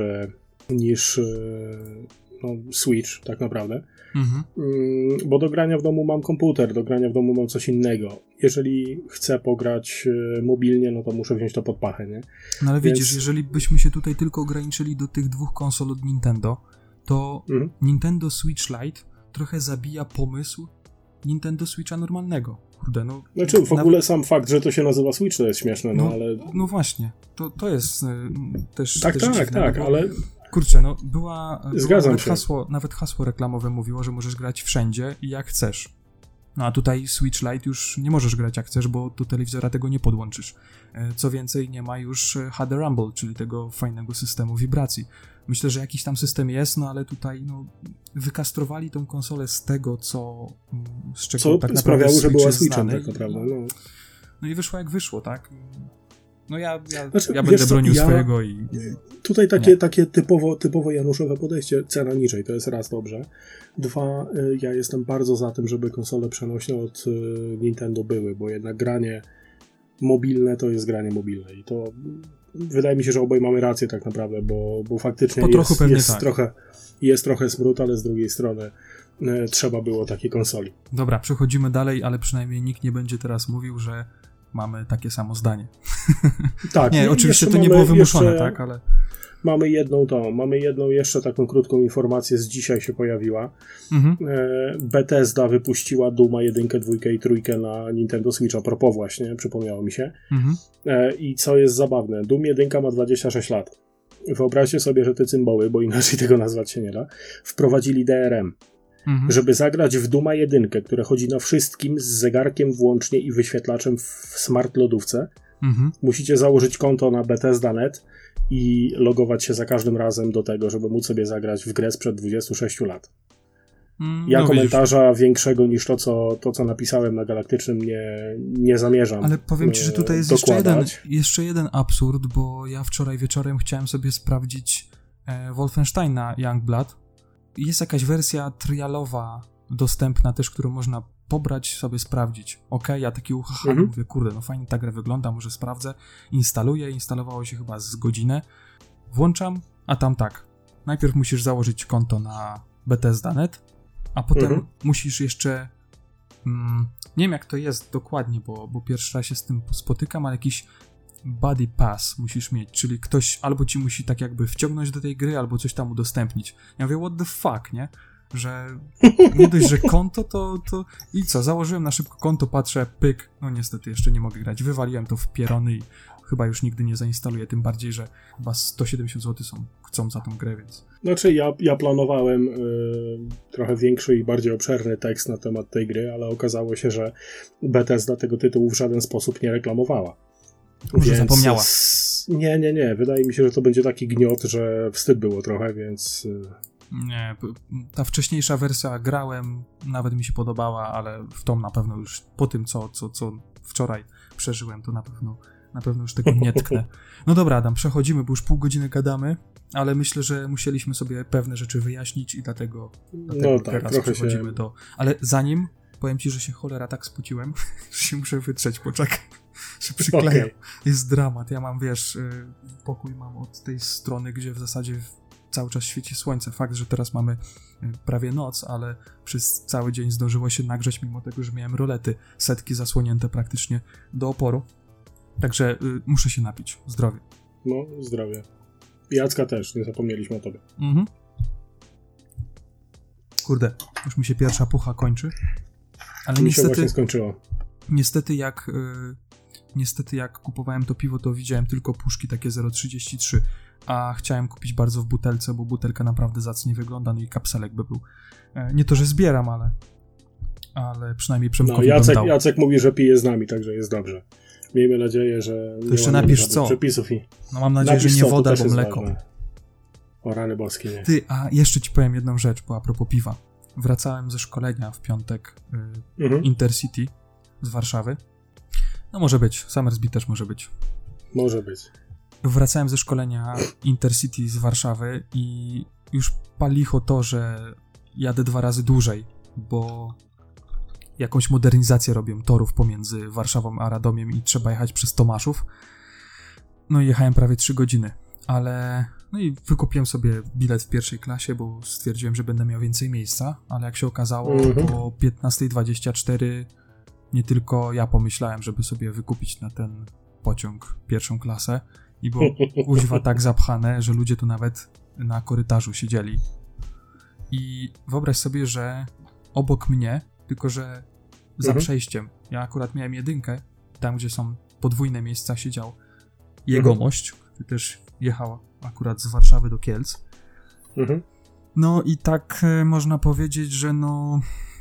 niż no, Switch tak naprawdę. Bo do grania w domu mam komputer, do grania w domu mam coś innego. Jeżeli chcę pograć mobilnie, no to muszę wziąć to pod pachę, nie? No ale widzisz, jeżeli byśmy się tutaj tylko ograniczyli do tych dwóch konsol od Nintendo, to Nintendo Switch Lite trochę zabija pomysł Nintendo Switcha normalnego. Kurde, no... Znaczy w ogóle sam fakt, że to się nazywa Switch, to jest śmieszne, no ale... No właśnie, to jest też... Tak, bo, ale... Kurczę, no Zgadzam się. Nawet hasło reklamowe mówiło, że możesz grać wszędzie i jak chcesz. No a tutaj Switch Lite już nie możesz grać jak chcesz, bo do telewizora tego nie podłączysz. Co więcej, nie ma już HD Rumble, czyli tego fajnego systemu wibracji. Myślę, że jakiś tam system jest, no ale tutaj wykastrowali tą konsolę z tego, z czego tak naprawdę sprawiało, że była Switchem znany. tak naprawdę. No i wyszło jak wyszło, tak? No ja znaczy, będę bronił swojego i... Tutaj takie typowo Januszowe podejście, cena niżej, to jest raz dobrze. Dwa, ja jestem bardzo za tym, żeby konsole przenośne od Nintendo były, bo jednak granie mobilne to jest granie mobilne i to wydaje mi się, że obaj mamy rację tak naprawdę, bo faktycznie jest trochę smród, ale z drugiej strony trzeba było takiej konsoli. Dobra, przechodzimy dalej, ale przynajmniej nikt nie będzie teraz mówił, że mamy takie samo zdanie. Tak. Nie, oczywiście to nie było wymuszone, tak, ale... Mamy jedną jeszcze taką krótką informację, z dzisiaj się pojawiła. Bethesda wypuściła Dooma 1, 2 i 3 na Nintendo Switch, a propos właśnie, przypomniało mi się. I co jest zabawne, Doom 1 ma 26 lat. Wyobraźcie sobie, że te cymboły, bo inaczej tego nazwać się nie da, wprowadzili DRM. Żeby zagrać w Dooma 1, które chodzi na wszystkim z zegarkiem włącznie i wyświetlaczem w smart lodówce, musicie założyć konto na Bethesda.net i logować się za każdym razem do tego, żeby móc sobie zagrać w grę sprzed 26 lat. Ja komentarza większego niż to, co napisałem na Galaktycznym nie zamierzam. Ale powiem ci, że tutaj jest jeszcze jeden absurd, bo ja wczoraj wieczorem chciałem sobie sprawdzić Wolfensteina Youngblood. Jest jakaś wersja trialowa dostępna też, którą można pobrać, sobie sprawdzić. Ja taki mówię, kurde, no fajnie ta gra wygląda, może sprawdzę. Instalowało się chyba z godzinę. Włączam, a tam tak. Najpierw musisz założyć konto na Bethesda.net, a potem musisz jeszcze... nie wiem jak to jest dokładnie, bo pierwszy raz się z tym spotykam, ale jakiś Buddy Pass musisz mieć, czyli ktoś albo ci musi tak jakby wciągnąć do tej gry, albo coś tam udostępnić. Ja mówię, what the fuck, nie? Że nie dość, że konto, to i co? Założyłem na szybko konto, patrzę, pyk, no niestety jeszcze nie mogę grać. Wywaliłem to w pierony i chyba już nigdy nie zainstaluję, tym bardziej, że chyba 170 zł chcą za tą grę, więc... Znaczy ja planowałem trochę większy i bardziej obszerny tekst na temat tej gry, ale okazało się, że Bethesda tego tytułu w żaden sposób nie reklamowała. Może zapomniała. Nie. Wydaje mi się, że to będzie taki gniot, że wstyd było trochę, więc... Nie, ta wcześniejsza wersja grałem, nawet mi się podobała, ale w tą na pewno już po tym, co wczoraj przeżyłem, to na pewno już tego nie tknę. No dobra, Adam, przechodzimy, bo już pół godziny gadamy, ale myślę, że musieliśmy sobie pewne rzeczy wyjaśnić i dlatego teraz przechodzimy do... Ale zanim, powiem ci, że się cholera tak spociłem, że się muszę wytrzeć, poczekaj, się przyklejam. Okay. Jest dramat, ja mam, wiesz, pokój mam od tej strony, gdzie w zasadzie cały czas świeci słońce. Fakt, że teraz mamy prawie noc, ale przez cały dzień zdążyło się nagrzeć, mimo tego, że miałem rolety, setki zasłonięte praktycznie do oporu. Także muszę się napić. Zdrowie. No, zdrowie. Jacka też, nie zapomnieliśmy o tobie. Mhm. Kurde, już mi się pierwsza pucha kończy. Ale mi się właśnie skończyło. Niestety jak kupowałem to piwo, to widziałem tylko puszki takie 0,33, a chciałem kupić bardzo w butelce, bo butelka naprawdę zacnie wygląda, no i kapselek by był. Nie to, że zbieram, ale przynajmniej Przemkowi bym dał. Jacek mówi, że pije z nami, także jest dobrze. Miejmy nadzieję, że to jeszcze napisz co? Przepisów i... No mam nadzieję, że nie woda, bo mleko. O rany boskie, nie. Ty, a jeszcze ci powiem jedną rzecz, bo a propos piwa. Wracałem ze szkolenia w piątek Intercity z Warszawy. No może być, Summersby też może być. Może być. Wracałem ze szkolenia Intercity z Warszawy i już palicho to, że jadę 2 razy dłużej, bo jakąś modernizację robią torów pomiędzy Warszawą a Radomiem i trzeba jechać przez Tomaszów. No i jechałem prawie 3 godziny, ale... No i wykupiłem sobie bilet w pierwszej klasie, bo stwierdziłem, że będę miał więcej miejsca, ale jak się okazało, o 15:24 nie tylko ja pomyślałem, żeby sobie wykupić na ten pociąg pierwszą klasę i było kuźwa tak zapchane, że ludzie tu nawet na korytarzu siedzieli. I wyobraź sobie, że obok mnie, tylko że za przejściem, ja akurat miałem 1, tam gdzie są podwójne miejsca siedział jegomość, który też jechał akurat z Warszawy do Kielc. No i tak można powiedzieć, że no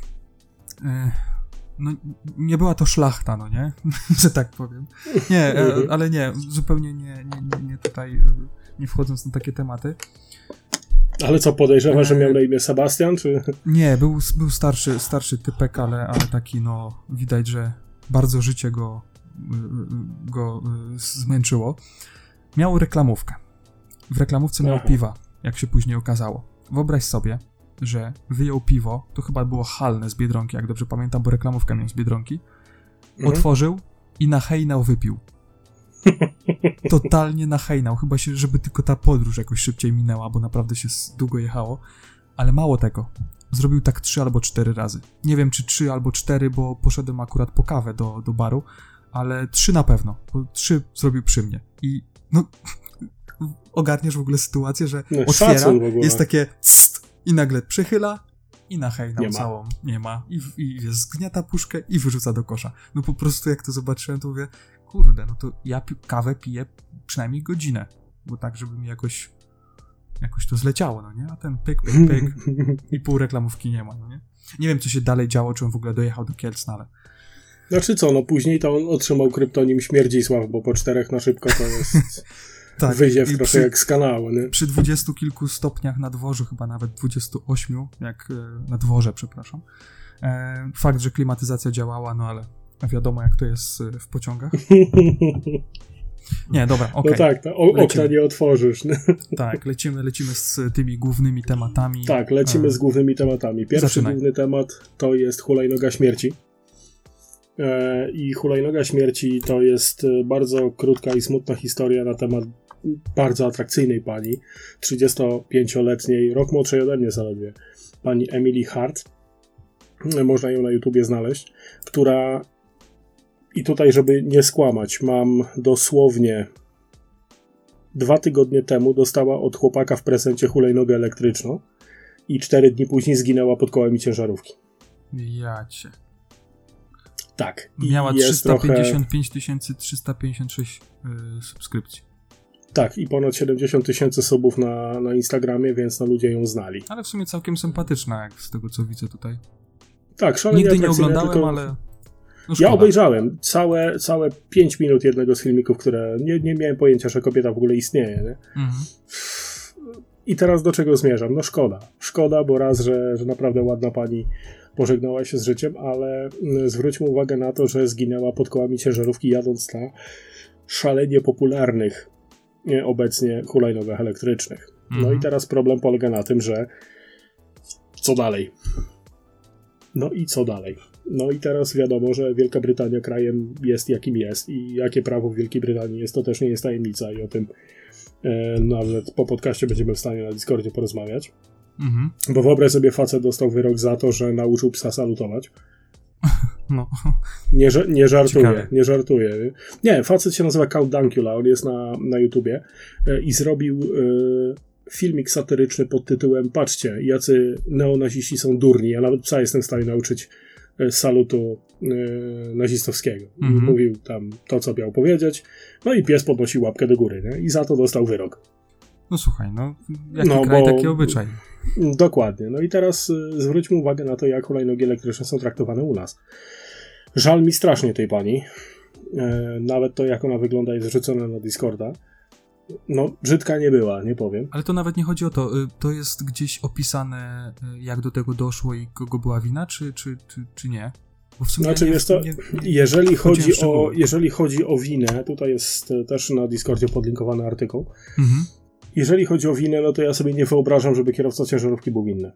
nie była to szlachta, no nie? Że tak powiem. Nie, ale nie, zupełnie nie tutaj, nie wchodząc na takie tematy. Ale co, podejrzewasz, że miał na imię Sebastian, czy? Nie, był starszy typek, ale taki, no, widać, że bardzo życie go zmęczyło. Miał reklamówkę. W reklamówce miał piwa, jak się później okazało. Wyobraź sobie, że wyjął piwo, to chyba było halne z Biedronki, jak dobrze pamiętam, bo reklamówkę miał z Biedronki, otworzył i na hejnał wypił. Totalnie na hejnał, chyba się, żeby tylko ta podróż jakoś szybciej minęła, bo naprawdę się długo jechało, ale mało tego, zrobił tak 3 albo 4 razy. Nie wiem, czy 3 albo 4, bo poszedłem akurat po kawę do baru, ale 3 na pewno, bo 3 zrobił przy mnie i no ogarniesz w ogóle sytuację, że otwiera, jest takie i nagle przechyla i na hejnał całą nie ma i zgniata puszkę i wyrzuca do kosza. No po prostu jak to zobaczyłem, to mówię, kurde, no to ja kawę piję przynajmniej godzinę, bo tak, żeby mi jakoś to zleciało, no nie? A ten pyk i pół reklamówki nie ma, no nie? Nie wiem, co się dalej działo, czy on w ogóle dojechał do Kielc, no ale... Znaczy co, no później to on otrzymał kryptonim Śmierdzisław, bo po 4 na szybko to jest tak, wyziew trochę jak z kanału, nie? Przy 20 kilku stopniach na dworzu, chyba nawet 28, jak na dworze, przepraszam. Fakt, że klimatyzacja działała, no ale wiadomo, jak to jest w pociągach. Nie, dobra, okej. No tak, okna nie otworzysz. Nie? Tak, lecimy z tymi głównymi tematami. Tak, lecimy z głównymi tematami. Pierwszy główny temat to jest hulajnoga śmierci. I hulajnoga śmierci to jest bardzo krótka i smutna historia na temat bardzo atrakcyjnej pani, 35-letniej, rok młodszej ode mnie zaledwie, pani Emily Hart. Można ją na YouTubie znaleźć, która, i tutaj żeby nie skłamać, mam dosłownie 2 tygodnie temu dostała od chłopaka w prezencie hulajnogę elektryczną i 4 dni później zginęła pod kołami ciężarówki. Jacie. Tak. Miała 355 356 subskrypcji. Tak, i ponad 70 000 subów na Instagramie, więc ludzie ją znali. Ale w sumie całkiem sympatyczna, jak z tego co widzę tutaj. Tak, szalenie nigdy nie oglądałem, tylko... ale... No ja obejrzałem całe 5 minut jednego z filmików, które nie miałem pojęcia, że kobieta w ogóle istnieje. Nie? Mhm. I teraz do czego zmierzam? No szkoda. Szkoda, bo raz, że naprawdę ładna pani pożegnała się z życiem, ale zwróćmy uwagę na to, że zginęła pod kołami ciężarówki jadąc na szalenie popularnych obecnie hulajnogach elektrycznych. No i teraz problem polega na tym, że co dalej? No i co dalej? No i teraz wiadomo, że Wielka Brytania krajem jest jakim jest i jakie prawo w Wielkiej Brytanii jest, to też nie jest tajemnica i o tym nawet po podcaście będziemy w stanie na Discordzie porozmawiać. Bo wyobraź sobie, facet dostał wyrok za to, że nauczył psa salutować. No. Nie żartuję, Ciekawe. nie żartuję. Nie, facet się nazywa Count Dankula, on jest na YouTubie i zrobił filmik satyryczny pod tytułem patrzcie, jacy neonaziści są durni, ja nawet psa jestem w stanie nauczyć salutu nazistowskiego. I mówił tam to, co miał powiedzieć, no i pies podnosi łapkę do góry, nie? I za to dostał wyrok. No słuchaj, jaki kraj, taki obyczaj. Dokładnie. No i teraz zwróćmy uwagę na to, jak hulajnogi elektryczne są traktowane u nas. Żal mi strasznie tej pani. Nawet to, jak ona wygląda, jest wrzucone na Discorda. No, brzydka nie była, nie powiem. Ale to nawet nie chodzi o to. To jest gdzieś opisane, jak do tego doszło i kogo była wina, czy nie? Bo w sumie znaczy, wiesz co, jeżeli chodzi o winę, tutaj jest też na Discordzie podlinkowany artykuł. Jeżeli chodzi o winę, no to ja sobie nie wyobrażam, żeby kierowca ciężarówki był winny.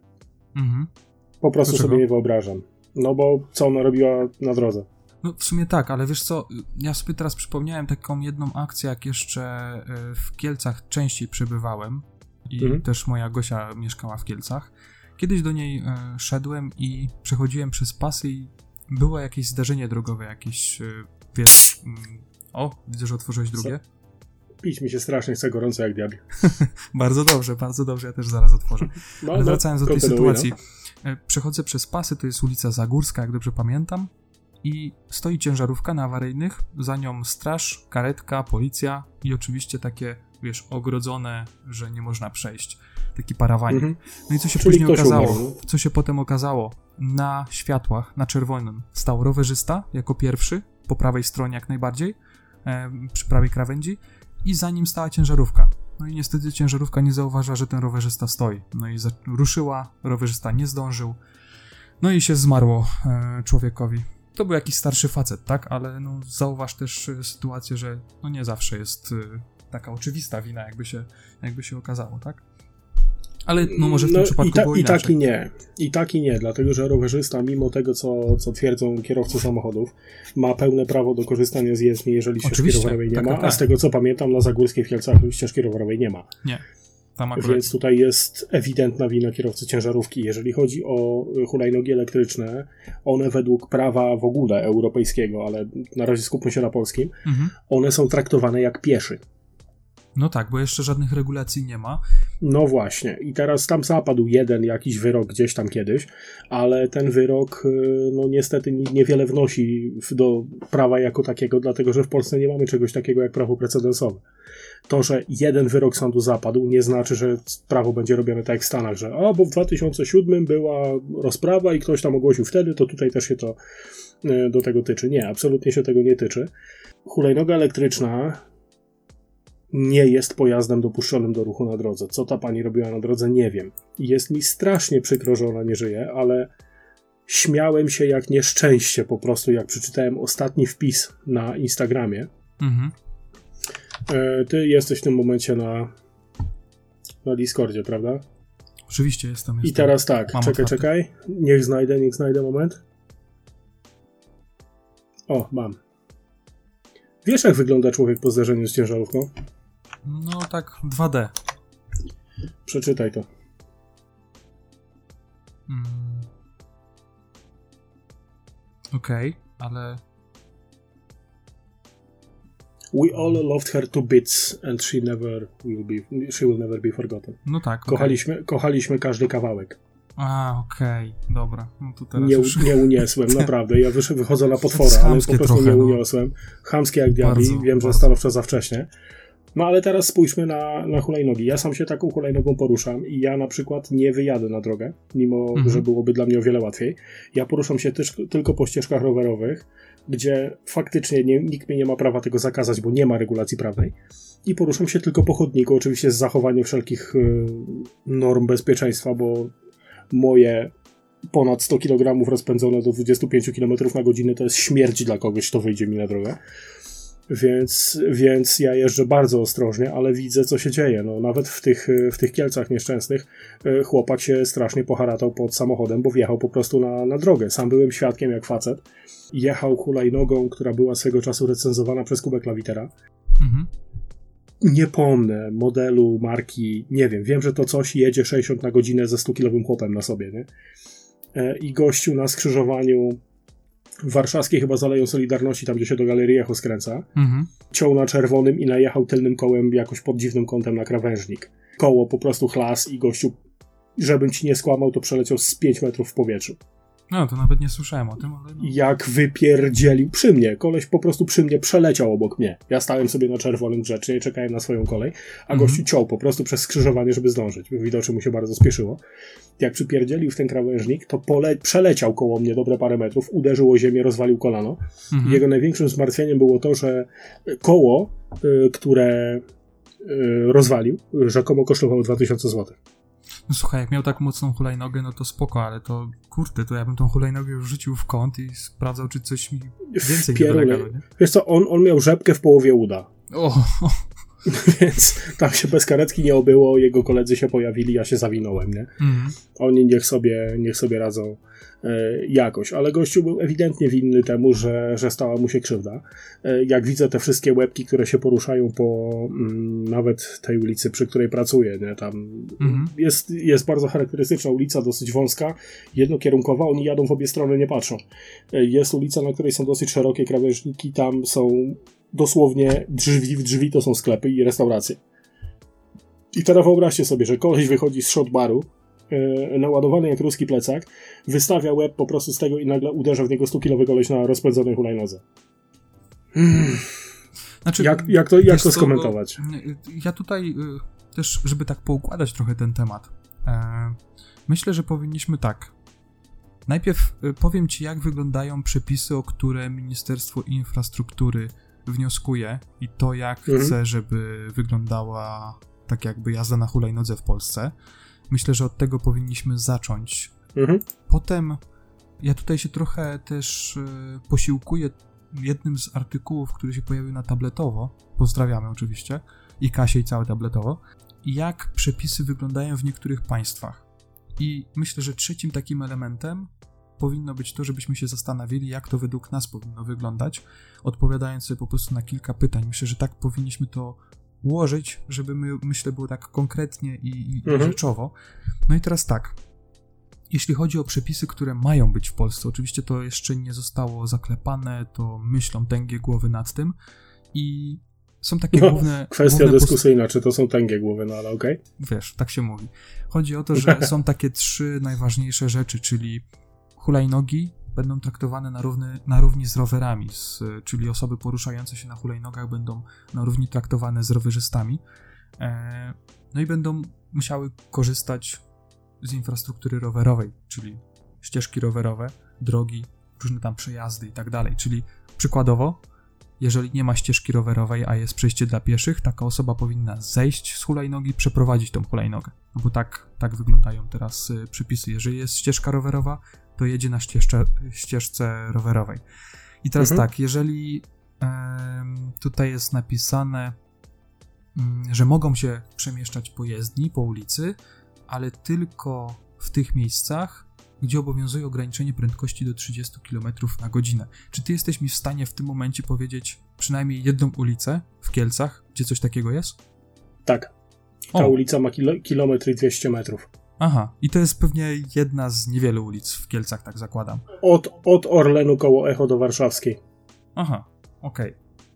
Po prostu Dlaczego? sobie nie wyobrażam. No bo co ona robiła na drodze? No w sumie tak, ale wiesz co, ja sobie teraz przypomniałem taką jedną akcję, jak jeszcze w Kielcach częściej przebywałem i też moja Gosia mieszkała w Kielcach. Kiedyś do niej szedłem i przechodziłem przez pasy i było jakieś zdarzenie drogowe, jakieś, wiesz... widzę, że otworzyłeś drugie. Pić mi się strasznie chce, gorąco jak diabli. Bardzo dobrze, ja też zaraz otworzę. Ale wracając do tej sytuacji, przechodzę przez pasy, to jest ulica Zagórska, jak dobrze pamiętam, i stoi ciężarówka na awaryjnych, za nią straż, karetka, policja i oczywiście takie, wiesz, ogrodzone, że nie można przejść. Taki parawanik. No i co się później okazało? Co się potem okazało? Na światłach, na czerwonym stał rowerzysta jako pierwszy, po prawej stronie jak najbardziej, przy prawej krawędzi, i za nim stała ciężarówka. No i niestety ciężarówka nie zauważyła, że ten rowerzysta stoi. No i ruszyła, rowerzysta nie zdążył, no i się zmarło człowiekowi. To był jakiś starszy facet, tak? Ale zauważ też sytuację, że nie zawsze jest taka oczywista wina, jakby się okazało, tak? Ale może w tym przypadku było inaczej. I tak i nie, dlatego że rowerzysta, mimo tego, co twierdzą kierowcy samochodów, ma pełne prawo do korzystania z jezdni, jeżeli ścieżki rowerowej nie ma, a z tego, co pamiętam, na Zagórskiej w Kielcach ścieżki rowerowej nie ma. Nie. Tam akurat... Więc tutaj jest ewidentna wina kierowcy ciężarówki. Jeżeli chodzi o hulajnogi elektryczne, one według prawa w ogóle europejskiego, ale na razie skupmy się na polskim, one są traktowane jak pieszy. No tak, bo jeszcze żadnych regulacji nie ma. No właśnie. I teraz tam zapadł jeden jakiś wyrok gdzieś tam kiedyś, ale ten wyrok niestety niewiele wnosi do prawa jako takiego, dlatego że w Polsce nie mamy czegoś takiego jak prawo precedensowe. To, że jeden wyrok sądu zapadł, nie znaczy, że prawo będzie robione tak jak w Stanach, że bo w 2007 była rozprawa i ktoś tam ogłosił wtedy, to tutaj też się to do tego tyczy. Nie, absolutnie się tego nie tyczy. Hulajnoga elektryczna nie jest pojazdem dopuszczonym do ruchu na drodze. Co ta pani robiła na drodze, nie wiem. Jest mi strasznie przykro, że ona nie żyje, ale śmiałem się jak nieszczęście po prostu, jak przeczytałem ostatni wpis na Instagramie. Ty jesteś w tym momencie na Discordzie, prawda? Oczywiście jestem. I teraz tak, czekaj. Niech znajdę moment. O, mam. Wiesz, jak wygląda człowiek po zdarzeniu z ciężarówką? No tak 2D. Przeczytaj to. Okej, ale... We all loved her to bits and she will never be forgotten. No tak. Kochaliśmy każdy kawałek. Okej, dobra. No to teraz nie uniesłem, naprawdę. Ja wychodzę na potwora, ale po prostu trochę, nie uniosłem. Chamskie jak diabli, wiem, że stanowczo za wcześnie. No ale teraz spójrzmy na hulajnogi. Ja sam się taką hulajnogą poruszam i ja na przykład nie wyjadę na drogę, mimo że byłoby dla mnie o wiele łatwiej. Ja poruszam się tylko po ścieżkach rowerowych, gdzie faktycznie nikt mnie nie ma prawa tego zakazać, bo nie ma regulacji prawnej. I poruszam się tylko po chodniku, oczywiście z zachowaniem wszelkich norm bezpieczeństwa, bo moje ponad 100 kg rozpędzone do 25 km na godzinę to jest śmierć dla kogoś, kto wyjdzie mi na drogę. Więc ja jeżdżę bardzo ostrożnie, ale widzę, co się dzieje. No, nawet w tych Kielcach nieszczęsnych chłopak się strasznie poharatał pod samochodem, bo wjechał po prostu na drogę. Sam byłem świadkiem, jak facet jechał hulajnogą, która była swego czasu recenzowana przez Kubek Lawitera. Nie pomnę modelu, marki, nie wiem, że to coś jedzie 60 na godzinę ze 100-kilowym chłopem na sobie, nie? I gościu na skrzyżowaniu warszawskiej chyba z Aleją Solidarności, tam gdzie się do Galerii Echo skręca, ciął na czerwonym i najechał tylnym kołem jakoś pod dziwnym kątem na krawężnik. Koło po prostu chlas i gościu, żebym ci nie skłamał, to przeleciał z 5 metrów w powietrzu. No, to nawet nie słyszałem o tym, ale... Jak wypierdzielił przy mnie. Koleś po prostu przy mnie przeleciał obok mnie. Ja stałem sobie na czerwonym grzecznie i czekałem na swoją kolej, a gościu ciął po prostu przez skrzyżowanie, żeby zdążyć. Widocznie mu się bardzo spieszyło. Jak przypierdzielił w ten krawężnik, to przeleciał koło mnie dobre parę metrów, uderzył o ziemię, rozwalił kolano. Jego największym zmartwieniem było to, że koło, które rozwalił, rzekomo kosztowało 2000 zł. No słuchaj, jak miał tak mocną hulajnogę, no to spoko, ale to kurde, to ja bym tą hulajnogę już rzucił w kąt i sprawdzał, czy coś mi więcej nie dolegało, nie? Wiesz co, on miał rzepkę w połowie uda. Więc tam się bez karetki nie obyło, jego koledzy się pojawili, ja się zawinąłem, nie? Oni niech sobie radzą jakoś, ale gościu był ewidentnie winny temu, że stała mu się krzywda. Jak widzę te wszystkie łebki, które się poruszają po nawet tej ulicy, przy której pracuję, nie? Tam jest bardzo charakterystyczna ulica, dosyć wąska, jednokierunkowa, oni jadą w obie strony, nie patrzą. Jest ulica, na której są dosyć szerokie krawężniki, tam są dosłownie drzwi w drzwi, to są sklepy i restauracje. I teraz wyobraźcie sobie, że koleś wychodzi z shot baru, naładowany jak ruski plecak, wystawia łeb po prostu z tego i nagle uderza w niego 100-kilowy koleś na rozpędzonej hulajnodze. Znaczy, jak to skomentować? Ja tutaj też, żeby tak poukładać trochę ten temat, myślę, że powinniśmy tak. Najpierw powiem ci, jak wyglądają przepisy, o które Ministerstwo Infrastruktury wnioskuje i to, jak chce, żeby wyglądała tak jakby jazda na hulajnodze w Polsce. Myślę, że od tego powinniśmy zacząć. Potem ja tutaj się trochę też posiłkuję jednym z artykułów, który się pojawił na Tabletowo. Pozdrawiamy oczywiście. I Kasię, i całe Tabletowo. I jak przepisy wyglądają w niektórych państwach. I myślę, że trzecim takim elementem powinno być to, żebyśmy się zastanowili, jak to według nas powinno wyglądać, odpowiadając sobie po prostu na kilka pytań. Myślę, że tak powinniśmy to ułożyć, żeby myślę, było tak konkretnie i rzeczowo. No i teraz tak, jeśli chodzi o przepisy, które mają być w Polsce, oczywiście to jeszcze nie zostało zaklepane, to myślą tęgie głowy nad tym i są takie główne... Kwestia dyskusyjna, czy to są tęgie głowy, no ale okej. Wiesz, tak się mówi. Chodzi o to, że są takie 3 najważniejsze rzeczy, czyli hulajnogi będą traktowane na równi z rowerami, czyli osoby poruszające się na hulajnogach będą na równi traktowane z rowerzystami, no i będą musiały korzystać z infrastruktury rowerowej, czyli ścieżki rowerowe, drogi, różne tam przejazdy i tak dalej, czyli przykładowo, jeżeli nie ma ścieżki rowerowej, a jest przejście dla pieszych, taka osoba powinna zejść z hulajnogi, przeprowadzić tą hulajnogę, no bo tak wyglądają teraz przepisy. Jeżeli jest ścieżka rowerowa, to jedzie na ścieżce rowerowej. I teraz tak, jeżeli tutaj jest napisane, że mogą się przemieszczać po jezdni, po ulicy, ale tylko w tych miejscach, gdzie obowiązuje ograniczenie prędkości do 30 km na godzinę. Czy ty jesteś mi w stanie w tym momencie powiedzieć przynajmniej jedną ulicę w Kielcach, gdzie coś takiego jest? Tak. Ta ulica ma kilometr i 200 metrów. Aha, i to jest pewnie jedna z niewielu ulic w Kielcach, tak zakładam. Od Orlenu koło Echo do Warszawskiej. Aha, okej.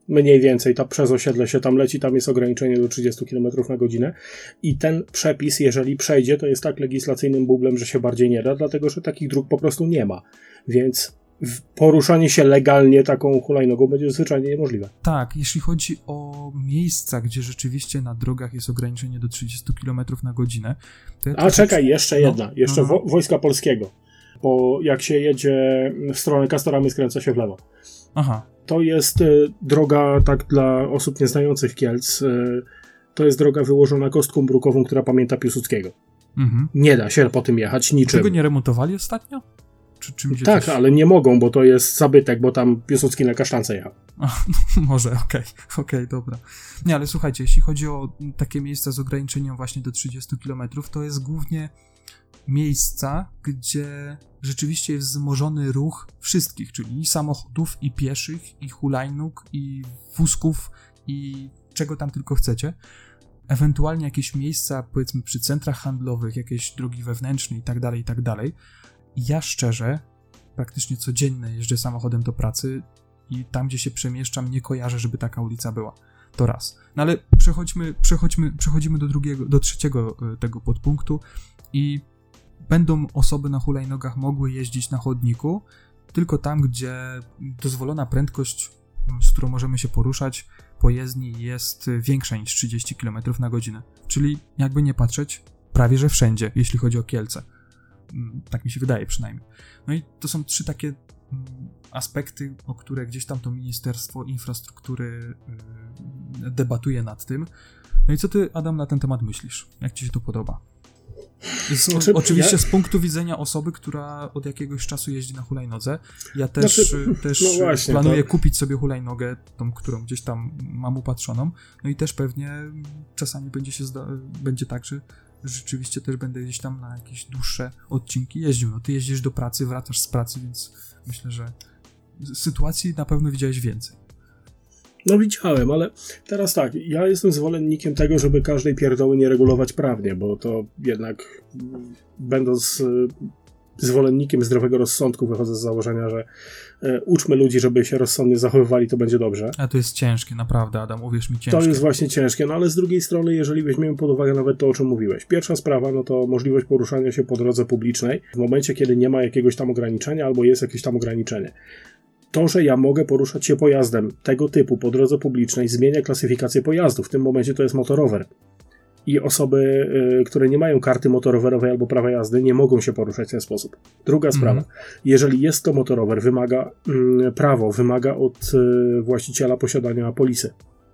mniej więcej, przez osiedle się tam leci, tam jest ograniczenie do 30 km na godzinę i ten przepis, jeżeli przejdzie, to jest tak legislacyjnym bublem, że się bardziej nie da, dlatego, że takich dróg po prostu nie ma, więc poruszanie się legalnie taką hulajnogą będzie zwyczajnie niemożliwe. Tak, jeśli chodzi o miejsca, gdzie rzeczywiście na drogach jest ograniczenie do 30 km na godzinę, to ja czekaj, jeszcze jedna, Wojska Polskiego, bo jak się jedzie w stronę Kastoramy, skręca się w lewo. Aha. To jest droga, tak dla osób nieznających Kielc, to jest droga wyłożona kostką brukową, która pamięta Piłsudskiego. Mhm. Nie da się po tym jechać niczym. Tego nie remontowali ostatnio? Tak, ale nie mogą, bo to jest zabytek, bo tam Piłsudski na kasztance jechał. Może, okej, dobra. Nie, ale słuchajcie, jeśli chodzi o takie miejsca z ograniczeniem właśnie do 30 km, to jest głównie miejsca, gdzie rzeczywiście jest wzmożony ruch wszystkich, czyli i samochodów, i pieszych, i hulajnóg, i wózków, i czego tam tylko chcecie. Ewentualnie jakieś miejsca, powiedzmy przy centrach handlowych, jakieś drogi wewnętrzne i tak dalej. Ja szczerze, praktycznie codziennie jeżdżę samochodem do pracy i tam, gdzie się przemieszczam, nie kojarzę, żeby taka ulica była. To raz. No ale przechodzimy do trzeciego tego podpunktu i będą osoby na hulajnogach mogły jeździć na chodniku tylko tam, gdzie dozwolona prędkość, z którą możemy się poruszać po jezdni, jest większa niż 30 km na godzinę. Czyli jakby nie patrzeć, prawie że wszędzie, jeśli chodzi o Kielce. Tak mi się wydaje przynajmniej. No i to są 3 takie aspekty, o które gdzieś tam to Ministerstwo Infrastruktury debatuje nad tym. No i co ty, Adam, na ten temat myślisz? Jak ci się to podoba? Oczywiście z punktu widzenia osoby, która od jakiegoś czasu jeździ na hulajnodze. Ja też planuję kupić sobie hulajnogę, tą, którą gdzieś tam mam upatrzoną. No i też pewnie czasami będzie tak, że rzeczywiście też będę gdzieś tam na jakieś dłuższe odcinki jeździł. No ty jeździsz do pracy, wracasz z pracy, więc myślę, że sytuacji na pewno widziałeś więcej. No widziałem, ale teraz tak, ja jestem zwolennikiem tego, żeby każdej pierdoły nie regulować prawnie, bo to jednak będąc zwolennikiem zdrowego rozsądku wychodzę z założenia, że uczmy ludzi, żeby się rozsądnie zachowywali, to będzie dobrze. A to jest ciężkie, naprawdę, Adam, uwierz mi, ciężkie. To jest właśnie ciężkie, no ale z drugiej strony, jeżeli weźmiemy pod uwagę nawet to, o czym mówiłeś. Pierwsza sprawa, no to możliwość poruszania się po drodze publicznej w momencie, kiedy nie ma jakiegoś tam ograniczenia albo jest jakieś tam ograniczenie. To, że ja mogę poruszać się pojazdem tego typu po drodze publicznej, zmienia klasyfikację pojazdu. W tym momencie to jest motorower. I osoby, które nie mają karty motorowerowej albo prawa jazdy, nie mogą się poruszać w ten sposób. Druga sprawa. Jeżeli jest to motorower, prawo wymaga od właściciela posiadania polisy.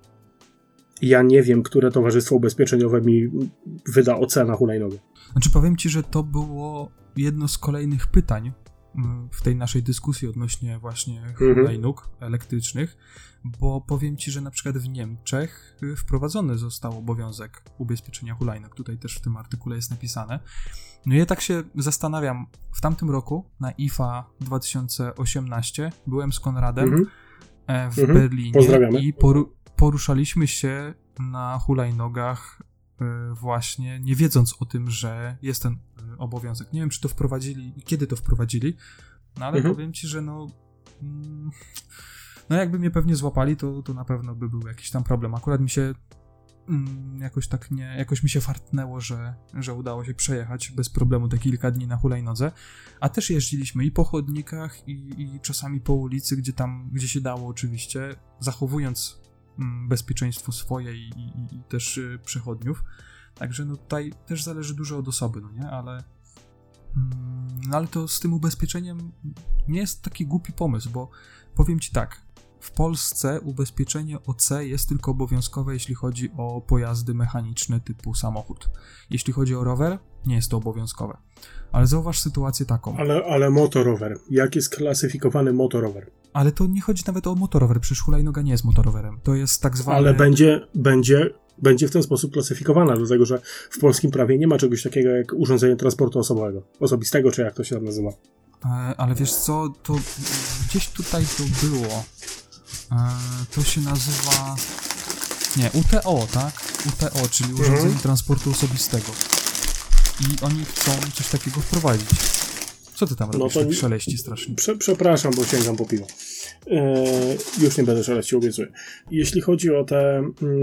Ja nie wiem, które towarzystwo ubezpieczeniowe mi wyda OC na hulajnogę. Znaczy, powiem ci, że to było jedno z kolejnych pytań w tej naszej dyskusji odnośnie właśnie hulajnóg elektrycznych, bo powiem ci, że na przykład w Niemczech wprowadzony został obowiązek ubezpieczenia hulajnóg. Tutaj też w tym artykule jest napisane. No i ja tak się zastanawiam, w tamtym roku na IFA 2018 byłem z Konradem w Berlinie i poruszaliśmy się na hulajnogach właśnie nie wiedząc o tym, że jest ten obowiązek. Nie wiem, czy to wprowadzili i kiedy to wprowadzili, no ale powiem ci, że no jakby mnie pewnie złapali, to na pewno by był jakiś tam problem. Akurat mi się jakoś mi się fartnęło, że udało się przejechać bez problemu te kilka dni na hulajnodze, a też jeździliśmy i po chodnikach i czasami po ulicy, gdzie się dało oczywiście, zachowując bezpieczeństwo swoje i też przechodniów. Także no tutaj też zależy dużo od osoby, no nie? Ale to z tym ubezpieczeniem nie jest taki głupi pomysł, bo powiem ci tak, w Polsce ubezpieczenie OC jest tylko obowiązkowe, jeśli chodzi o pojazdy mechaniczne typu samochód. Jeśli chodzi o rower, nie jest to obowiązkowe. Ale zauważ sytuację taką. Ale motorower. Jak jest klasyfikowany motorower? Ale to nie chodzi nawet o motorower, przecież hulajnoga nie jest motorowerem. To jest tak zwany... Ale będzie w ten sposób klasyfikowana, dlatego że w polskim prawie nie ma czegoś takiego jak urządzenie transportu osobistego, czy jak to się tam nazywa. Ale wiesz co, to gdzieś tutaj to było. To się nazywa... Nie, UTO, tak? UTO, czyli urządzenie transportu osobistego. I oni chcą coś takiego wprowadzić. Co ty tam robisz? Tak szeleści strasznie. Przepraszam, bo sięgam po piwo. Już nie będę szeleścił, obiecuję. Jeśli chodzi o te...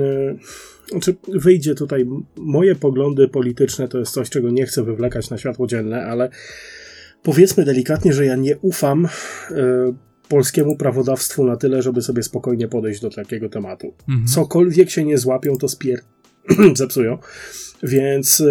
Znaczy wyjdzie tutaj... Moje poglądy polityczne to jest coś, czego nie chcę wywlekać na światło dzienne, ale powiedzmy delikatnie, że ja nie ufam polskiemu prawodawstwu na tyle, żeby sobie spokojnie podejść do takiego tematu. Cokolwiek się nie złapią, to zepsują. Więc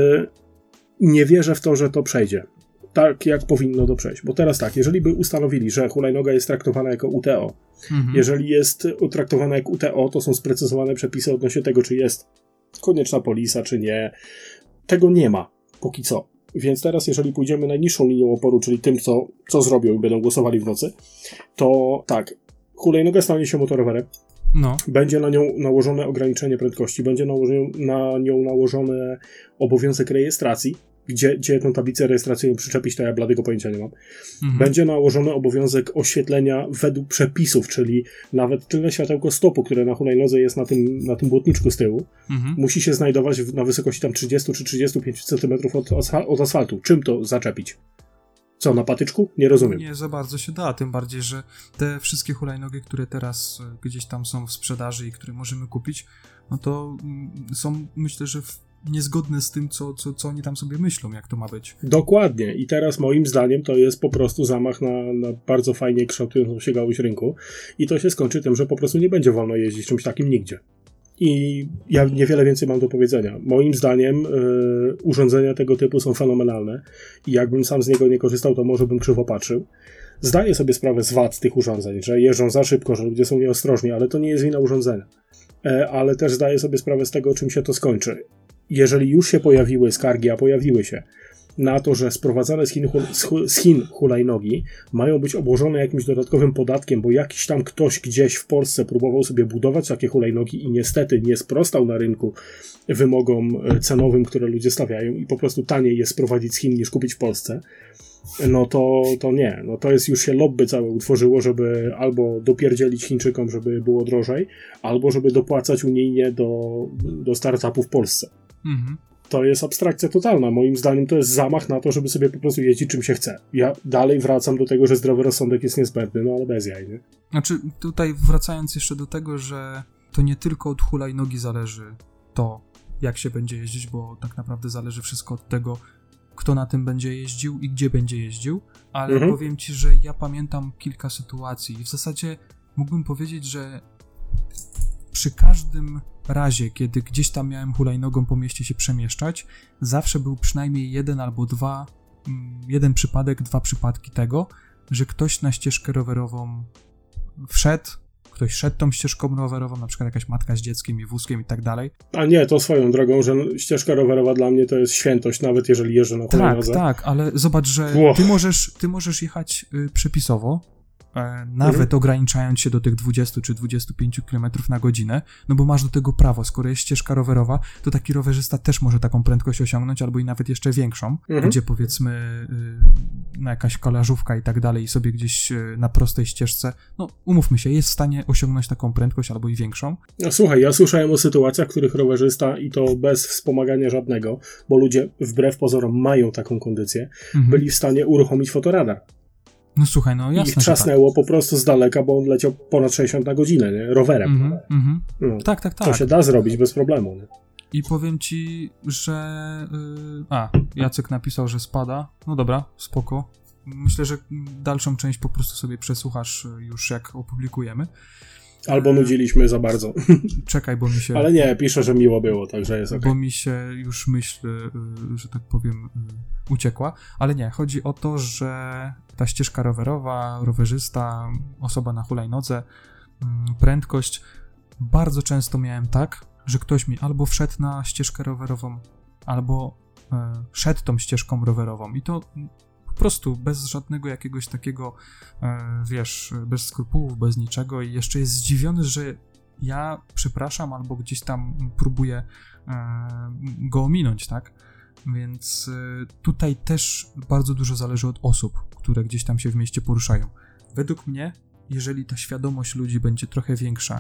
nie wierzę w to, że to przejdzie. Tak, jak powinno to przejść. Bo teraz tak, jeżeli by ustanowili, że hulajnoga jest traktowana jako UTO, jeżeli jest traktowana jak UTO, to są sprecyzowane przepisy odnośnie tego, czy jest konieczna polisa, czy nie. Tego nie ma, póki co. Więc teraz, jeżeli pójdziemy najniższą linią oporu, czyli tym, co zrobią i będą głosowali w nocy, to tak, hulajnoga stanie się motorowerem, będzie na nią nałożone ograniczenie prędkości, będzie na nią nałożony obowiązek rejestracji, gdzie tą tablicę rejestracyjną przyczepić, to ja bladego pojęcia nie mam. Będzie nałożony obowiązek oświetlenia według przepisów, czyli nawet tylne światełko stopu, które na hulajnodze jest na tym błotniczku z tyłu, musi się znajdować na wysokości tam 30 czy 35 cm od asfaltu. Czym to zaczepić? Co, na patyczku? Nie rozumiem. Nie za bardzo się da, tym bardziej, że te wszystkie hulajnogi, które teraz gdzieś tam są w sprzedaży i które możemy kupić, no to są, myślę, że niezgodne z tym, co oni tam sobie myślą, jak to ma być. Dokładnie. I teraz moim zdaniem to jest po prostu zamach na bardzo fajnie kształtującą się gałąź rynku i to się skończy tym, że po prostu nie będzie wolno jeździć czymś takim nigdzie. I ja niewiele więcej mam do powiedzenia. Moim zdaniem urządzenia tego typu są fenomenalne i jakbym sam z niego nie korzystał, to może bym krzywo patrzył. Zdaję sobie sprawę z wad tych urządzeń, że jeżdżą za szybko, że ludzie są nieostrożni, ale to nie jest wina urządzenia. Ale też zdaję sobie sprawę z tego, czym się to skończy. Jeżeli już się pojawiły skargi, a pojawiły się, na to, że sprowadzane z Chin hulajnogi mają być obłożone jakimś dodatkowym podatkiem, bo jakiś tam ktoś gdzieś w Polsce próbował sobie budować takie hulajnogi i niestety nie sprostał na rynku wymogom cenowym, które ludzie stawiają i po prostu taniej jest sprowadzić z Chin niż kupić w Polsce, no to nie. No to jest już się lobby całe utworzyło, żeby albo dopierdzielić Chińczykom, żeby było drożej, albo żeby dopłacać unijnie do startupów w Polsce. To jest abstrakcja totalna. Moim zdaniem to jest zamach na to, żeby sobie po prostu jeździć czym się chce. Ja dalej wracam do tego, że zdrowy rozsądek jest niezbędny, no ale bez jaj, nie? Znaczy, tutaj wracając jeszcze do tego, że to nie tylko od hulajnogi zależy to, jak się będzie jeździć, bo tak naprawdę zależy wszystko od tego, kto na tym będzie jeździł i gdzie będzie jeździł, ale powiem ci, że ja pamiętam kilka sytuacji i w zasadzie mógłbym powiedzieć, że przy każdym razie, kiedy gdzieś tam miałem hulajnogą po mieście się przemieszczać, zawsze był przynajmniej jeden przypadek, dwa przypadki tego, że ktoś na ścieżkę rowerową ktoś szedł tą ścieżką rowerową, na przykład jakaś matka z dzieckiem i wózkiem i tak dalej. A nie, to swoją drogą, że ścieżka rowerowa dla mnie to jest świętość, nawet jeżeli jeżdżę na hulajnodze. Tak, ale zobacz, że ty możesz jechać przepisowo, nawet ograniczając się do tych 20 czy 25 km na godzinę, no bo masz do tego prawo. Skoro jest ścieżka rowerowa, to taki rowerzysta też może taką prędkość osiągnąć, albo i nawet jeszcze większą, gdzie powiedzmy jakaś kolażówka i tak dalej i sobie gdzieś na prostej ścieżce, no umówmy się, jest w stanie osiągnąć taką prędkość albo i większą. No słuchaj, ja słyszałem o sytuacjach, w których rowerzysta i to bez wspomagania żadnego, bo ludzie wbrew pozorom mają taką kondycję, byli w stanie uruchomić fotoradar. No słuchaj, no jasne, ich trzasnęło po prostu z daleka, bo on leciał ponad 60 na godzinę, nie? Rowerem. No, tak. To się da zrobić bez problemu. Nie? I powiem ci, że... Jacek napisał, że spada. No dobra, spoko. Myślę, że dalszą część po prostu sobie przesłuchasz już jak opublikujemy. Albo nudziliśmy za bardzo. Czekaj, bo mi się... Ale nie, pisze, że miło było, także jest okej. Bo mi się już myśl, że tak powiem, uciekła. Ale nie, chodzi o to, że ta ścieżka rowerowa, rowerzysta, osoba na hulajnodze, prędkość, bardzo często miałem tak, że ktoś mi albo wszedł na ścieżkę rowerową, albo szedł tą ścieżką rowerową i to po prostu bez żadnego jakiegoś takiego, bez skrupułów, bez niczego i jeszcze jest zdziwiony, że ja przepraszam albo gdzieś tam próbuję go ominąć, tak? Więc tutaj też bardzo dużo zależy od osób, które gdzieś tam się w mieście poruszają. Według mnie, jeżeli ta świadomość ludzi będzie trochę większa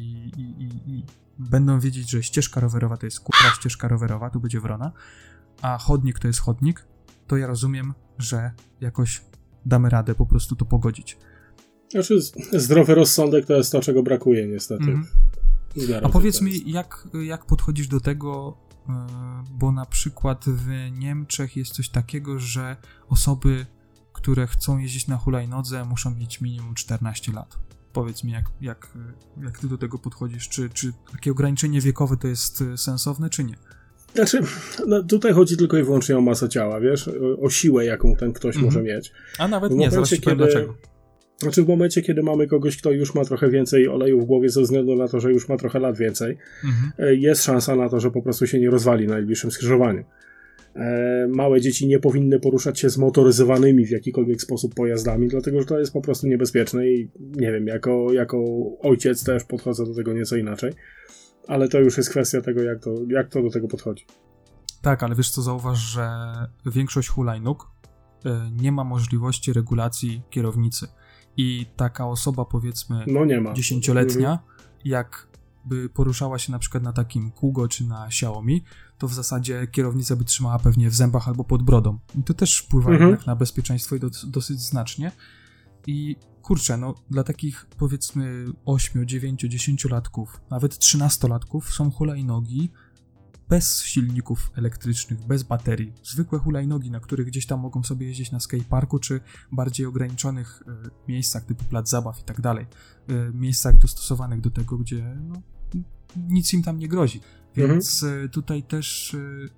i będą wiedzieć, że ścieżka rowerowa to jest ścieżka rowerowa, tu będzie wrona, a chodnik to jest chodnik, to ja rozumiem, że jakoś damy radę po prostu to pogodzić. Znaczy zdrowy rozsądek to jest to, czego brakuje niestety. A powiedz mi, jak podchodzisz do tego, bo na przykład w Niemczech jest coś takiego, że osoby, które chcą jeździć na hulajnodze, muszą mieć minimum 14 lat. Powiedz mi, jak ty do tego podchodzisz? Czy takie ograniczenie wiekowe to jest sensowne, czy nie? Znaczy, tutaj chodzi tylko i wyłącznie o masę ciała, wiesz? O siłę, jaką ten ktoś może mieć. A nawet nie, zaraz ci powiem dlaczego. Znaczy w momencie, kiedy mamy kogoś, kto już ma trochę więcej oleju w głowie ze względu na to, że już ma trochę lat więcej, jest szansa na to, że po prostu się nie rozwali na najbliższym skrzyżowaniu. Małe dzieci nie powinny poruszać się zmotoryzowanymi w jakikolwiek sposób pojazdami, dlatego że to jest po prostu niebezpieczne i nie wiem, jako ojciec też podchodzę do tego nieco inaczej, ale to już jest kwestia tego, jak to do tego podchodzi. Tak, ale wiesz co, zauważ, że większość hulajnóg nie ma możliwości regulacji kierownicy i taka osoba, powiedzmy 10-letnia, jakby poruszała się na przykład na takim Kugo czy na Xiaomi, to w zasadzie kierownica by trzymała pewnie w zębach albo pod brodą. I to też wpływa jednak na bezpieczeństwo i dosyć znacznie. I kurczę, no dla takich powiedzmy 8, 9, 10-latków, nawet 13-latków są hulajnogi bez silników elektrycznych, bez baterii. Zwykłe hulajnogi, na których gdzieś tam mogą sobie jeździć na skateparku, czy bardziej ograniczonych miejscach typu plac zabaw i tak dalej. Miejscach dostosowanych do tego, gdzie nic im tam nie grozi. Więc tutaj też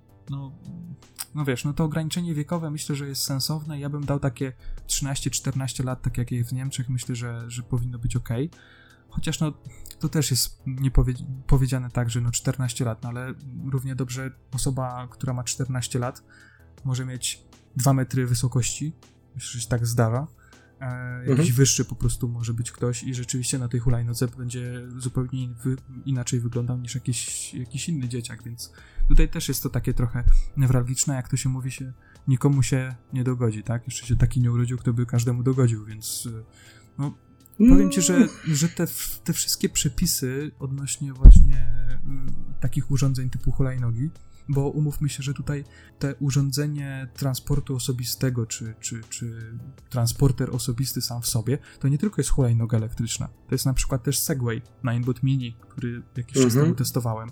no wiesz, no to ograniczenie wiekowe myślę, że jest sensowne. Ja bym dał takie 13-14 lat, tak jak jest w Niemczech. Myślę, że powinno być okej. Chociaż to też jest powiedziane tak, że 14 lat, no ale równie dobrze osoba, która ma 14 lat może mieć 2 metry wysokości, myślę, że się tak zdarza. Jakiś wyższy po prostu może być ktoś i rzeczywiście na tej hulajnodze będzie zupełnie inaczej wyglądał niż jakiś inny dzieciak, więc tutaj też jest to takie trochę newralgiczne, jak to się mówi, się nikomu się nie dogodzi, tak? Jeszcze się taki nie urodził, kto by każdemu dogodził, więc powiem ci, że te wszystkie przepisy odnośnie właśnie takich urządzeń typu hulajnogi, bo umówmy się, że tutaj te urządzenie transportu osobistego, czy transporter osobisty sam w sobie, to nie tylko jest hulajnoga elektryczna. To jest na przykład też Segway Ninebot Mini, który jakiś czas temu testowałem.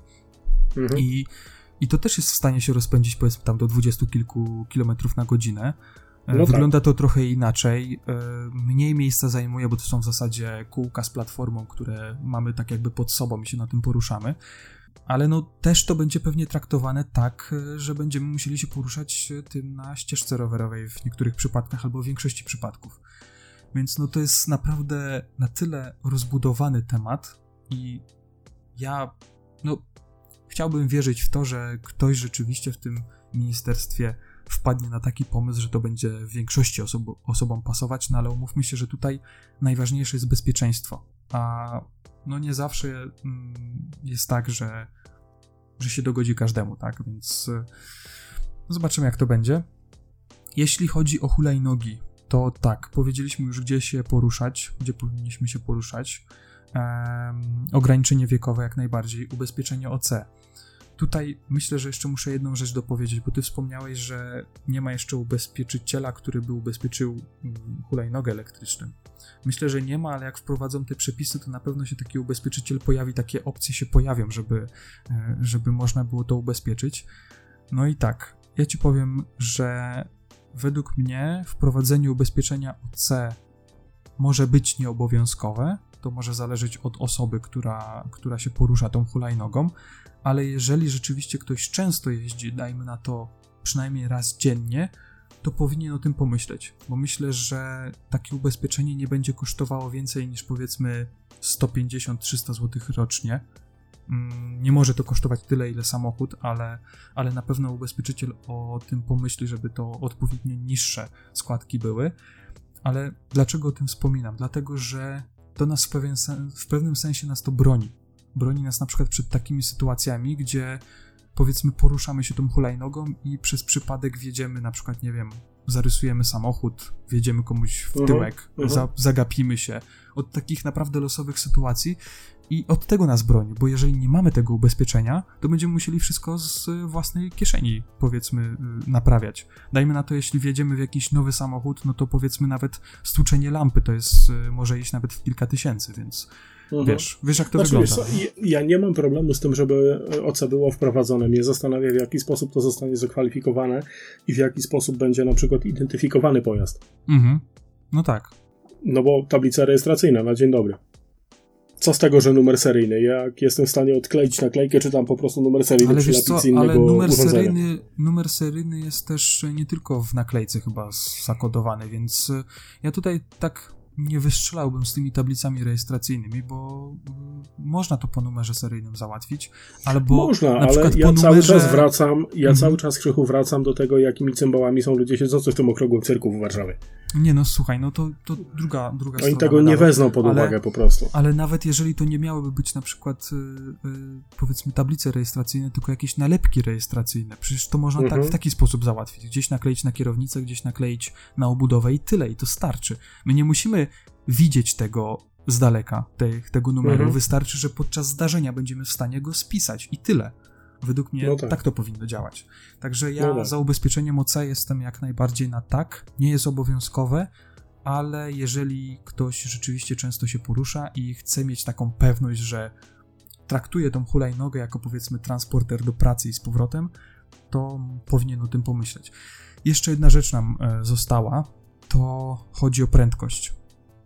I to też jest w stanie się rozpędzić powiedzmy tam do 20 kilku kilometrów na godzinę. Wygląda to trochę inaczej, mniej miejsca zajmuje, bo to są w zasadzie kółka z platformą, które mamy tak jakby pod sobą i się na tym poruszamy, ale też to będzie pewnie traktowane tak, że będziemy musieli się poruszać tym na ścieżce rowerowej w niektórych przypadkach albo w większości przypadków. Więc to jest naprawdę na tyle rozbudowany temat i ja chciałbym wierzyć w to, że ktoś rzeczywiście w tym ministerstwie wpadnie na taki pomysł, że to będzie w większości osobom pasować, ale umówmy się, że tutaj najważniejsze jest bezpieczeństwo, a nie zawsze jest tak, że się dogodzi każdemu, tak, więc zobaczymy, jak to będzie. Jeśli chodzi o hulajnogi, to tak, powiedzieliśmy już, gdzie się poruszać, gdzie powinniśmy się poruszać, ograniczenie wiekowe jak najbardziej, ubezpieczenie OC. Tutaj myślę, że jeszcze muszę jedną rzecz dopowiedzieć, bo ty wspomniałeś, że nie ma jeszcze ubezpieczyciela, który by ubezpieczył hulajnogę elektryczną. Myślę, że nie ma, ale jak wprowadzą te przepisy, to na pewno się taki ubezpieczyciel pojawi, takie opcje się pojawią, żeby można było to ubezpieczyć. No i tak, ja ci powiem, że według mnie wprowadzenie ubezpieczenia OC może być nieobowiązkowe, to może zależeć od osoby, która się porusza tą hulajnogą, ale jeżeli rzeczywiście ktoś często jeździ, dajmy na to przynajmniej raz dziennie, to powinien o tym pomyśleć, bo myślę, że takie ubezpieczenie nie będzie kosztowało więcej niż powiedzmy 150-300 zł rocznie. Nie może to kosztować tyle, ile samochód, ale na pewno ubezpieczyciel o tym pomyśli, żeby to odpowiednio niższe składki były. Ale dlaczego o tym wspominam? Dlatego, że to nas w pewnym sensie nas to broni. Broni nas na przykład przed takimi sytuacjami, gdzie powiedzmy poruszamy się tą hulajnogą i przez przypadek wjedziemy, na przykład, nie wiem, zarysujemy samochód, wjedziemy komuś w tyłek, zagapimy się. Od takich naprawdę losowych sytuacji, I od tego nas broni, bo jeżeli nie mamy tego ubezpieczenia, to będziemy musieli wszystko z własnej kieszeni, powiedzmy, naprawiać. Dajmy na to, jeśli wjedziemy w jakiś nowy samochód, no to powiedzmy nawet stłuczenie lampy to jest, może iść nawet w kilka tysięcy, więc wiesz jak to wygląda. Ja nie mam problemu z tym, żeby OC było wprowadzone. Mnie zastanawia, w jaki sposób to zostanie zakwalifikowane i w jaki sposób będzie na przykład identyfikowany pojazd. No tak. No bo tablica rejestracyjna, na dzień dobry. Co z tego, że numer seryjny? Jak jestem w stanie odkleić naklejkę, czy tam po prostu numer seryjny przylepić z innego urządzenia? Numer seryjny jest też nie tylko w naklejce chyba zakodowany, więc ja tutaj tak nie wystrzelałbym z tymi tablicami rejestracyjnymi, bo można to po numerze seryjnym załatwić, albo można, na ale przykład ja po numerze... cały czas Krzychu wracam do tego, jakimi cymbałami są ludzie siedzący w tym okrągłym cyrku w Warszawie. Nie no, słuchaj, no to druga strona. Oni tego nie wezmą pod uwagę po prostu. Ale nawet jeżeli to nie miałyby być na przykład powiedzmy tablice rejestracyjne, tylko jakieś nalepki rejestracyjne, przecież to można tak w taki sposób załatwić. Gdzieś nakleić na kierownicę, gdzieś nakleić na obudowę i tyle, i to starczy. My nie musimy widzieć tego z daleka, tego numeru. Wystarczy, że podczas zdarzenia będziemy w stanie go spisać i tyle. Według mnie tak to powinno działać. Także ja za ubezpieczeniem OC jestem jak najbardziej na tak. Nie jest obowiązkowe, ale jeżeli ktoś rzeczywiście często się porusza i chce mieć taką pewność, że traktuje tą hulajnogę jako powiedzmy transporter do pracy i z powrotem, to powinien o tym pomyśleć. Jeszcze jedna rzecz nam została, to chodzi o prędkość.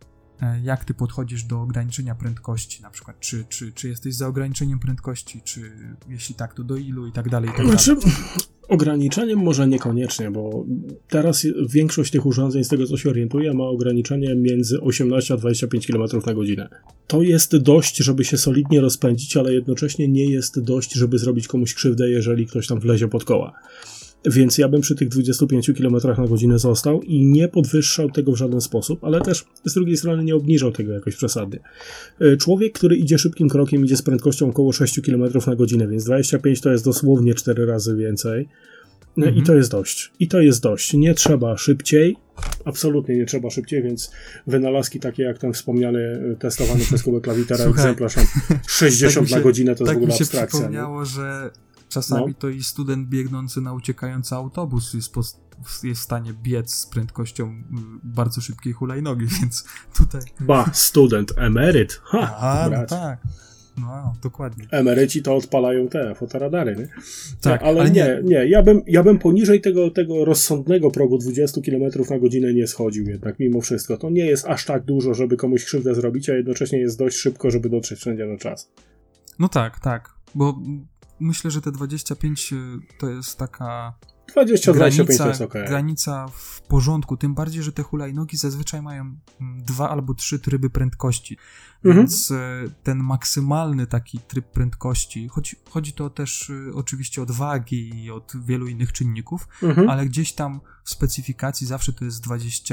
Jak ty podchodzisz do ograniczenia prędkości, na przykład, czy jesteś za ograniczeniem prędkości, czy jeśli tak, to do ilu i tak dalej, i tak dalej. Znaczy, ograniczeniem może niekoniecznie, bo teraz większość tych urządzeń, z tego co się orientuję, ma ograniczenie między 18 a 25 km na godzinę. To jest dość, żeby się solidnie rozpędzić, ale jednocześnie nie jest dość, żeby zrobić komuś krzywdę, jeżeli ktoś tam wlezie pod koła. Więc ja bym przy tych 25 km na godzinę został i nie podwyższał tego w żaden sposób, ale też z drugiej strony nie obniżał tego jakoś przesadnie. Człowiek, który idzie szybkim krokiem, idzie z prędkością około 6 km na godzinę, więc 25 to jest dosłownie 4 razy więcej. I to jest dość. I to jest dość. Nie trzeba szybciej. Absolutnie nie trzeba szybciej, więc wynalazki takie jak ten wspomniany, testowany przez Kubę Klawitera egzemplarz 60 na godzinę to jest w ogóle abstrakcja. Tak mi się przypomniało, że czasami to i student biegnący na uciekający autobus jest w stanie biec z prędkością bardzo szybkiej hulajnogi, więc tutaj... student, emeryt. No tak. No, dokładnie. Emeryci to odpalają te fotoradary, nie? Tak, ale nie. Ja bym poniżej tego rozsądnego progu 20 km na godzinę nie schodził jednak, mimo wszystko. To nie jest aż tak dużo, żeby komuś krzywdę zrobić, a jednocześnie jest dość szybko, żeby dotrzeć wszędzie na czas. No tak, bo myślę, że te 25 to jest taka 20-25 jest okej. Granica w porządku, tym bardziej, że te hulajnogi zazwyczaj mają 2 albo 3 tryby prędkości, więc ten maksymalny taki tryb prędkości, chodzi to też oczywiście od wagi i od wielu innych czynników, ale gdzieś tam w specyfikacji zawsze to jest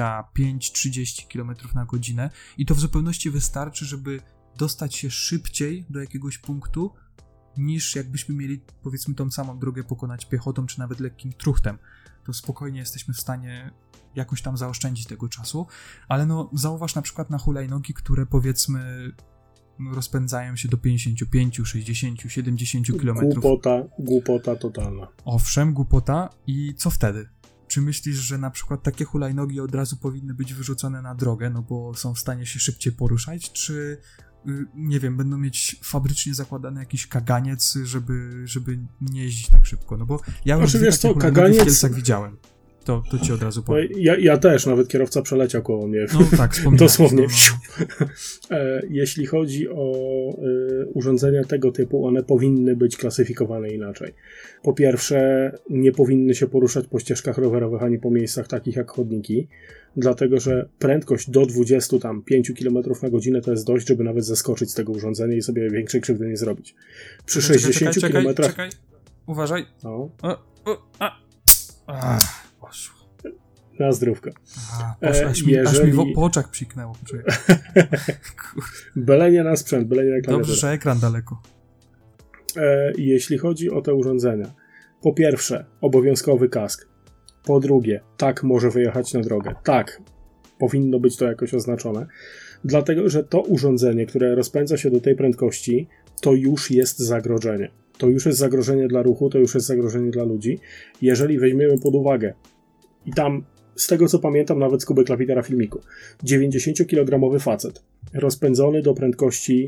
25-30 km na godzinę i to w zupełności wystarczy, żeby dostać się szybciej do jakiegoś punktu, niż jakbyśmy mieli, powiedzmy, tą samą drogę pokonać piechotą, czy nawet lekkim truchtem. To spokojnie jesteśmy w stanie jakoś tam zaoszczędzić tego czasu, ale no zauważ na przykład na hulajnogi, które powiedzmy rozpędzają się do 55, 60, 70 km. Głupota totalna. Owszem, głupota. I co wtedy? Czy myślisz, że na przykład takie hulajnogi od razu powinny być wyrzucone na drogę, no bo są w stanie się szybciej poruszać, czy nie wiem, będą mieć fabrycznie zakładany jakiś kaganiec, żeby nie jeździć tak szybko, no bo ja już takie hulajnogi w Kielcach widziałem. To ci od razu powiem. Ja też, nawet kierowca przeleciał koło mnie. No tak, wspomniałem. Dosłownie. Jeśli chodzi o urządzenia tego typu, one powinny być klasyfikowane inaczej. Po pierwsze, nie powinny się poruszać po ścieżkach rowerowych ani po miejscach takich jak chodniki, dlatego że prędkość do 25 km na godzinę to jest dość, żeby nawet zeskoczyć z tego urządzenia i sobie większej krzywdy nie zrobić. Przy 60 km... Czekaj. Uważaj. No. Na zdrówko. Aż mi po oczach psiknęło. Belenie na sprzęt, belenie na klawiaturę. Dobrze, że ekran daleko. Jeśli chodzi o te urządzenia, po pierwsze, obowiązkowy kask. Po drugie, tak może wyjechać na drogę. Tak, powinno być to jakoś oznaczone. Dlatego, że to urządzenie, które rozpędza się do tej prędkości, to już jest zagrożenie. To już jest zagrożenie dla ruchu, to już jest zagrożenie dla ludzi. Jeżeli weźmiemy pod uwagę, i tam z tego co pamiętam, nawet z Kubek Klapitera filmiku, 90-kilogramowy facet rozpędzony do prędkości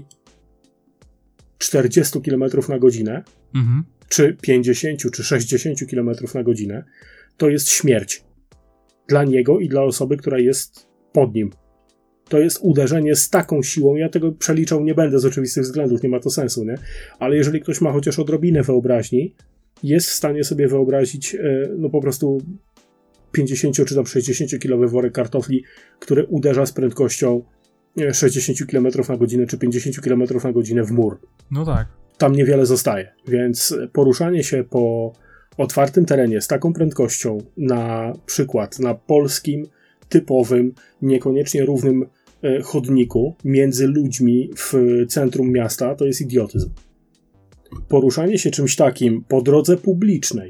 40 km na godzinę, czy 50, czy 60 km na godzinę, to jest śmierć. Dla niego i dla osoby, która jest pod nim. To jest uderzenie z taką siłą, ja tego przeliczał nie będę z oczywistych względów, nie ma to sensu, nie? Ale jeżeli ktoś ma chociaż odrobinę wyobraźni, jest w stanie sobie wyobrazić, no po prostu 50 czy tam 60-kilowy worek kartofli, który uderza z prędkością 60 km na godzinę czy 50 km na godzinę w mur. No tak. Tam niewiele zostaje, więc poruszanie się po otwartym terenie z taką prędkością, na przykład na polskim, typowym, niekoniecznie równym chodniku między ludźmi w centrum miasta, to jest idiotyzm. Poruszanie się czymś takim po drodze publicznej,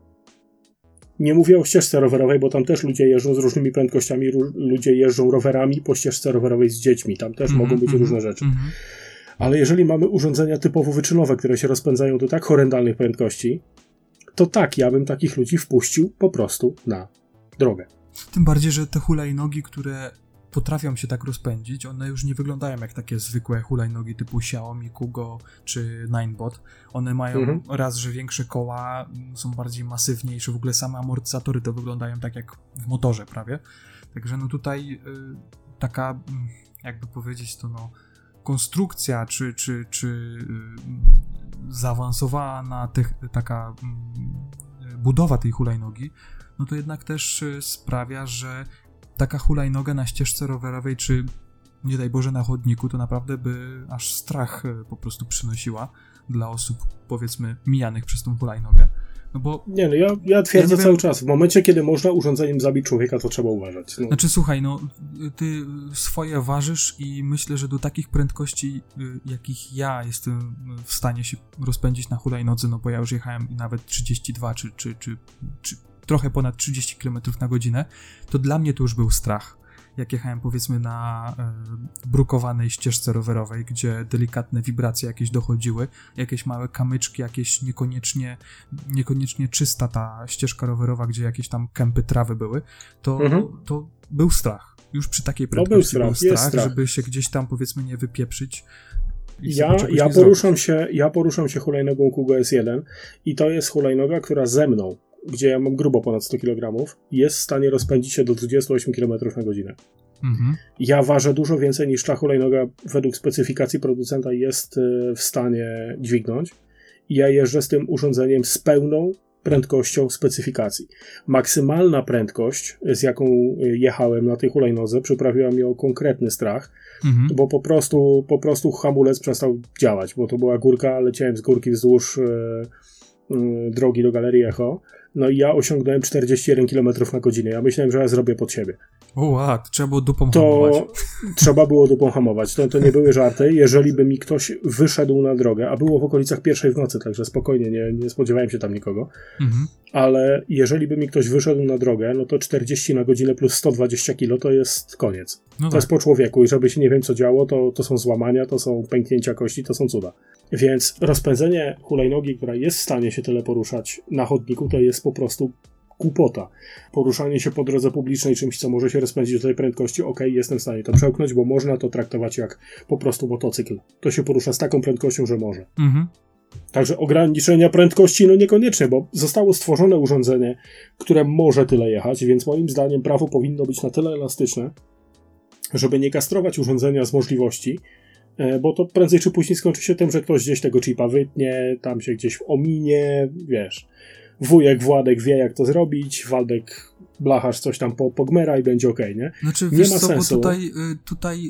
nie mówię o ścieżce rowerowej, bo tam też ludzie jeżdżą z różnymi prędkościami, ludzie jeżdżą rowerami po ścieżce rowerowej z dziećmi, tam też mogą być różne rzeczy. Ale jeżeli mamy urządzenia typowo wyczynowe, które się rozpędzają do tak horrendalnych prędkości, to tak, ja bym takich ludzi wpuścił po prostu na drogę. Tym bardziej, że te hulajnogi, które potrafią się tak rozpędzić, one już nie wyglądają jak takie zwykłe hulajnogi typu Xiaomi, Kugo czy Ninebot. One mają raz, że większe koła, są bardziej masywniejsze, w ogóle same amortyzatory to wyglądają tak jak w motorze prawie. Także no tutaj taka, jakby powiedzieć to no, konstrukcja czy zaawansowana taka budowa tej hulajnogi, no to jednak też sprawia, że taka hulajnoga na ścieżce rowerowej, czy nie daj Boże na chodniku, to naprawdę by aż strach po prostu przynosiła dla osób, powiedzmy, mijanych przez tą hulajnogę. No bo... Nie, no ja twierdzę cały czas, w momencie, kiedy można urządzeniem zabić człowieka, to trzeba uważać. No. Znaczy słuchaj, no ty swoje ważysz i myślę, że do takich prędkości, jakich ja jestem w stanie się rozpędzić na hulajnodze, no bo ja już jechałem nawet 32 czy trochę ponad 30 km na godzinę, to dla mnie to już był strach. Jak jechałem powiedzmy na brukowanej ścieżce rowerowej, gdzie delikatne wibracje jakieś dochodziły, jakieś małe kamyczki, jakieś niekoniecznie czysta ta ścieżka rowerowa, gdzie jakieś tam kępy trawy były, to był strach. Już przy takiej prędkości był strach, żeby się gdzieś tam powiedzmy nie wypieprzyć. Ja poruszam się hulajnogą Kugo S1 i to jest hulajnoga, która ze mną, gdzie ja mam grubo ponad 100 kg, jest w stanie rozpędzić się do 28 km na godzinę. Ja ważę dużo więcej niż ta hulajnoga według specyfikacji producenta jest w stanie dźwignąć i ja jeżdżę z tym urządzeniem z pełną prędkością specyfikacji. Maksymalna prędkość, z jaką jechałem na tej hulajnodze, przyprawiła mnie o konkretny strach, bo po prostu hamulec przestał działać, bo to była górka, leciałem z górki wzdłuż drogi do Galerii Echo, no i ja osiągnąłem 41 km na godzinę. Ja myślałem, że ja zrobię pod siebie. Trzeba było dupą hamować. Trzeba było dupą hamować. To nie były żarty. Jeżeli by mi ktoś wyszedł na drogę, a było w okolicach 1:00 w nocy, także spokojnie, nie spodziewałem się tam nikogo, ale jeżeli by mi ktoś wyszedł na drogę, no to 40 na godzinę plus 120 kg to jest koniec. No to jest po człowieku i żeby się nie wiem co działo, to są złamania, to są pęknięcia kości, to są cuda. Więc rozpędzenie hulajnogi, która jest w stanie się tyle poruszać na chodniku, to jest po prostu głupota. Poruszanie się po drodze publicznej czymś, co może się rozpędzić do tej prędkości, jestem w stanie to przełknąć, bo można to traktować jak po prostu motocykl. To się porusza z taką prędkością, że może. Także ograniczenia prędkości, no niekoniecznie, bo zostało stworzone urządzenie, które może tyle jechać, więc moim zdaniem prawo powinno być na tyle elastyczne, żeby nie kastrować urządzenia z możliwości, bo to prędzej czy później skończy się tym, że ktoś gdzieś tego chipa wytnie, tam się gdzieś ominie, wiesz. Wujek Władek wie, jak to zrobić, Waldek Blacharz coś tam pogmera i będzie okej, nie? Znaczy, wiesz co, sensu. Bo tutaj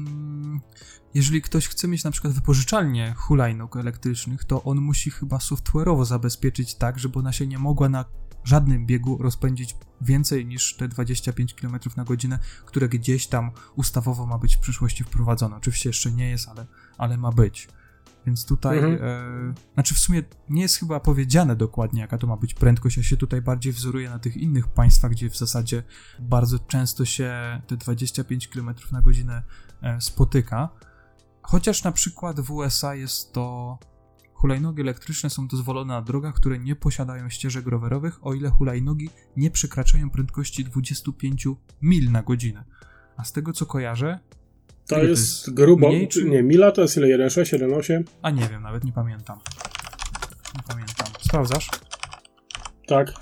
jeżeli ktoś chce mieć na przykład wypożyczalnię hulajnóg elektrycznych, to on musi chyba software'owo zabezpieczyć tak, żeby ona się nie mogła na żadnym biegu rozpędzić więcej niż te 25 km na godzinę, które gdzieś tam ustawowo ma być w przyszłości wprowadzone. Oczywiście jeszcze nie jest, ale ma być. Więc tutaj, znaczy w sumie nie jest chyba powiedziane dokładnie, jaka to ma być prędkość. Ja się tutaj bardziej wzoruję na tych innych państwach, gdzie w zasadzie bardzo często się te 25 km na godzinę spotyka. Chociaż na przykład w USA jest to... Hulajnogi elektryczne są dozwolone na drogach, które nie posiadają ścieżek rowerowych, o ile hulajnogi nie przekraczają prędkości 25 mil na godzinę. A z tego co kojarzę... To jest grubo... Mniej, czy... Nie, mila to jest ile? 1,6, 1,8? A nie wiem, nawet nie pamiętam. Sprawdzasz? Tak.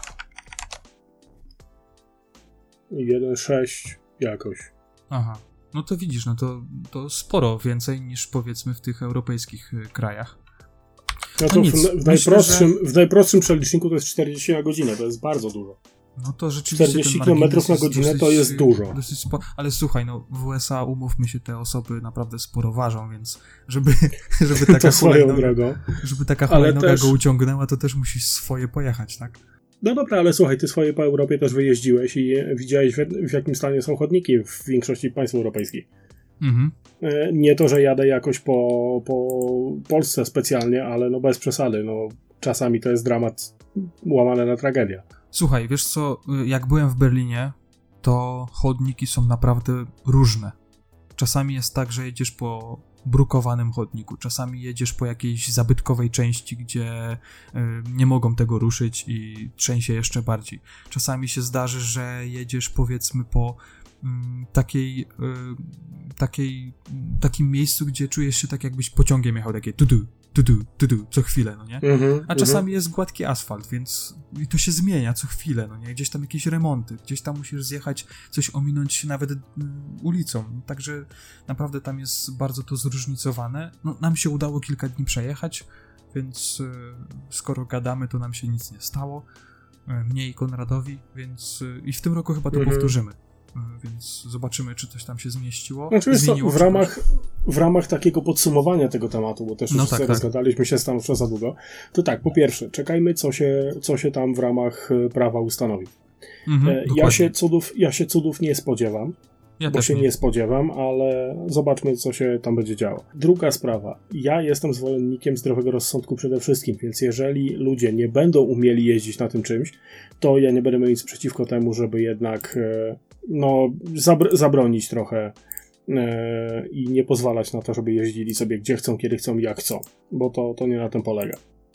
1,6 jakoś. Aha. No to widzisz, no to sporo więcej niż powiedzmy w tych europejskich krajach. No to w najprostszym przeliczniku to jest 40 na godzinę, to jest bardzo dużo. No to rzeczywiście 40 km na godzinę to jest dużo. Ale słuchaj, no w USA, umówmy się, te osoby naprawdę sporo ważą, więc żeby taka hulajnoga też... go uciągnęła, to też musisz swoje pojechać, tak? No dobra, ale słuchaj, ty swoje po Europie też wyjeździłeś i widziałeś w jakim stanie są chodniki w większości państw europejskich. Mhm. Nie to, że jadę jakoś po Polsce specjalnie, ale no bez przesady, no czasami to jest dramat łamane na tragedia. Słuchaj, wiesz co, jak byłem w Berlinie, to chodniki są naprawdę różne. Czasami jest tak, że jedziesz po brukowanym chodniku, czasami jedziesz po jakiejś zabytkowej części, gdzie nie mogą tego ruszyć i trzęsie jeszcze bardziej. Czasami się zdarzy, że jedziesz powiedzmy po takim miejscu, gdzie czujesz się tak, jakbyś pociągiem jechał, takie tudu, co chwilę, no nie? A czasami jest gładki asfalt, więc i to się zmienia co chwilę, no nie? Gdzieś tam jakieś remonty, gdzieś tam musisz zjechać, coś ominąć nawet ulicą, także naprawdę tam jest bardzo to zróżnicowane. No, nam się udało kilka dni przejechać, więc skoro gadamy, to nam się nic nie stało, mnie i Konradowi, więc i w tym roku chyba to powtórzymy. Więc zobaczymy, czy coś tam się zmieściło. Zmieniło w ramach takiego podsumowania tego tematu, bo też już rozgadaliśmy się tam za długo, to tak, po pierwsze, czekajmy, co się tam w ramach prawa ustanowi. Ja się cudów nie spodziewam, nie spodziewam, ale zobaczmy, co się tam będzie działo. Druga sprawa. Ja jestem zwolennikiem zdrowego rozsądku przede wszystkim, więc jeżeli ludzie nie będą umieli jeździć na tym czymś, to ja nie będę miał nic przeciwko temu, żeby jednak zabronić trochę i nie pozwalać na to, żeby jeździli sobie gdzie chcą, kiedy chcą i jak chcą, bo to nie na tym polega.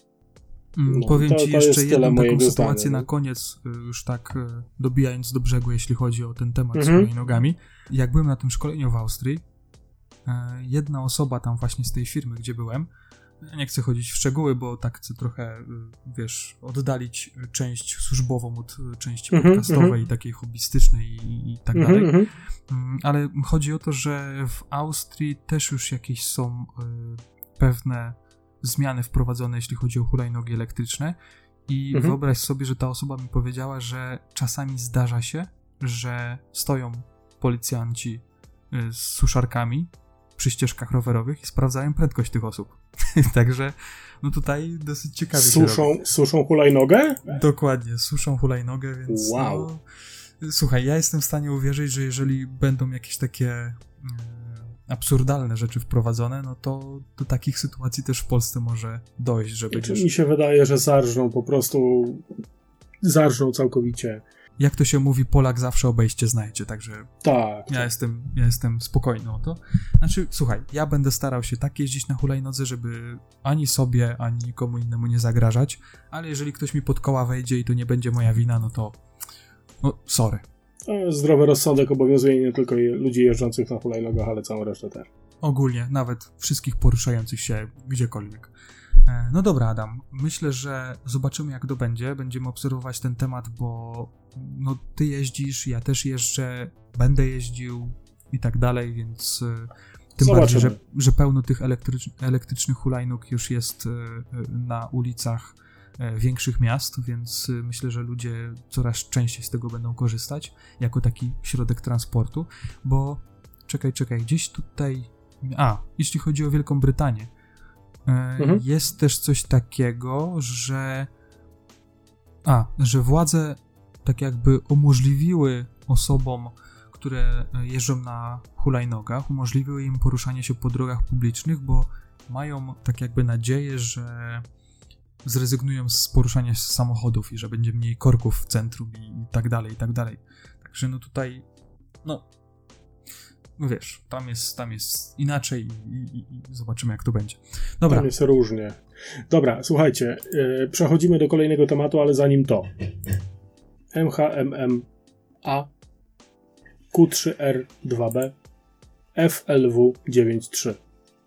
Powiem ci jeszcze jedną taką sytuację na koniec, już tak dobijając do brzegu, jeśli chodzi o ten temat z hulajnogami. Jak byłem na tym szkoleniu w Austrii, jedna osoba tam właśnie z tej firmy, gdzie byłem, ja nie chcę chodzić w szczegóły, bo tak chcę trochę, oddalić część służbową od części podcastowej i takiej hobbystycznej i tak dalej. Ale chodzi o to, że w Austrii też już jakieś są pewne zmiany wprowadzone, jeśli chodzi o hulajnogi elektryczne i wyobraź sobie, że ta osoba mi powiedziała, że czasami zdarza się, że stoją policjanci z suszarkami przy ścieżkach rowerowych i sprawdzają prędkość tych osób. Także no tutaj dosyć ciekawie Suszą hulajnogę? Dokładnie, suszą hulajnogę, więc wow. Słuchaj, ja jestem w stanie uwierzyć, że jeżeli będą jakieś takie absurdalne rzeczy wprowadzone, no to do takich sytuacji też w Polsce może dojść, że będziesz... Mi się wydaje, że zarżną całkowicie. Jak to się mówi, Polak zawsze obejście znajdzie, także tak. Ja jestem spokojny o to. Znaczy, słuchaj, ja będę starał się tak jeździć na hulajnodze, żeby ani sobie, ani nikomu innemu nie zagrażać, ale jeżeli ktoś mi pod koła wejdzie i to nie będzie moja wina, no to sorry. Zdrowy rozsądek obowiązuje nie tylko ludzi jeżdżących na hulajnogach, ale całą resztę też. Ogólnie, nawet wszystkich poruszających się gdziekolwiek. No dobra, Adam, myślę, że zobaczymy, jak to będzie. Będziemy obserwować ten temat, bo ty jeździsz, ja też jeżdżę, będę jeździł i tak dalej, więc tym bardziej, że pełno tych elektrycznych hulajnóg już jest na ulicach większych miast, więc myślę, że ludzie coraz częściej z tego będą korzystać jako taki środek transportu, bo czekaj, gdzieś tutaj... jeśli chodzi o Wielką Brytanię, jest też coś takiego, że władze tak jakby umożliwiły osobom, które jeżdżą na hulajnogach, umożliwiły im poruszanie się po drogach publicznych, bo mają tak jakby nadzieję, że zrezygnują z poruszania się samochodów i że będzie mniej korków w centrum i tak dalej, i tak dalej. Także no tutaj, no wiesz, tam jest inaczej i zobaczymy, jak to będzie. Dobra. Tam jest różnie. Dobra, słuchajcie, przechodzimy do kolejnego tematu, ale zanim to. MHMMA Q3R2B FLW93.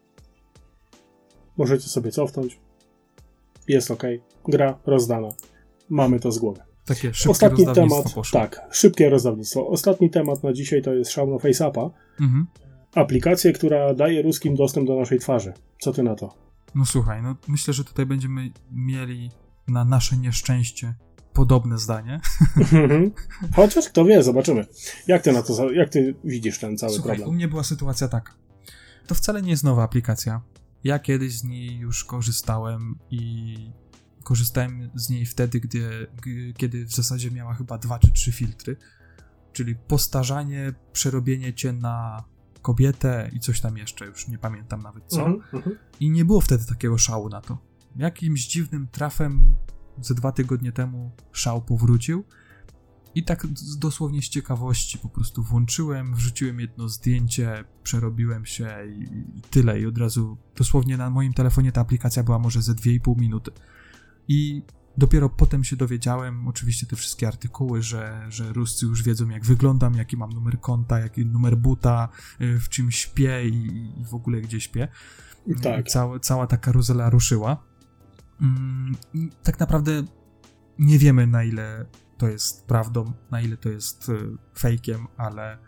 Możecie sobie cofnąć. Jest ok. Gra rozdana. Mamy to z głowy. Takie szybkie rozdawnictwo poszło. Tak, szybkie rozdawnictwo. Ostatni temat na dzisiaj to jest Xiaomi FaceAppa. Aplikację, która daje ruskim dostęp do naszej twarzy. Co ty na to? No słuchaj, no myślę, że tutaj będziemy mieli na nasze nieszczęście podobne zdanie. Chociaż kto wie, zobaczymy. Jak ty widzisz ten cały problem? U mnie była sytuacja taka. To wcale nie jest nowa aplikacja. Ja kiedyś z niej już korzystałem i korzystałem z niej wtedy, kiedy w zasadzie miała chyba 2 czy 3 filtry, czyli postarzanie, przerobienie cię na kobietę i coś tam jeszcze, już nie pamiętam nawet co. I nie było wtedy takiego szału na to. Jakimś dziwnym trafem ze 2 tygodnie temu szał powrócił i tak dosłownie z ciekawości po prostu włączyłem, wrzuciłem jedno zdjęcie, przerobiłem się i tyle. I od razu dosłownie na moim telefonie ta aplikacja była może ze 2,5 minuty. I dopiero potem się dowiedziałem, oczywiście te wszystkie artykuły, że Ruscy już wiedzą, jak wyglądam, jaki mam numer konta, jaki numer buta, w czym śpię i w ogóle gdzie śpię. Tak. Cała ta karuzela ruszyła. Tak naprawdę nie wiemy, na ile to jest prawdą, na ile to jest fejkiem, ale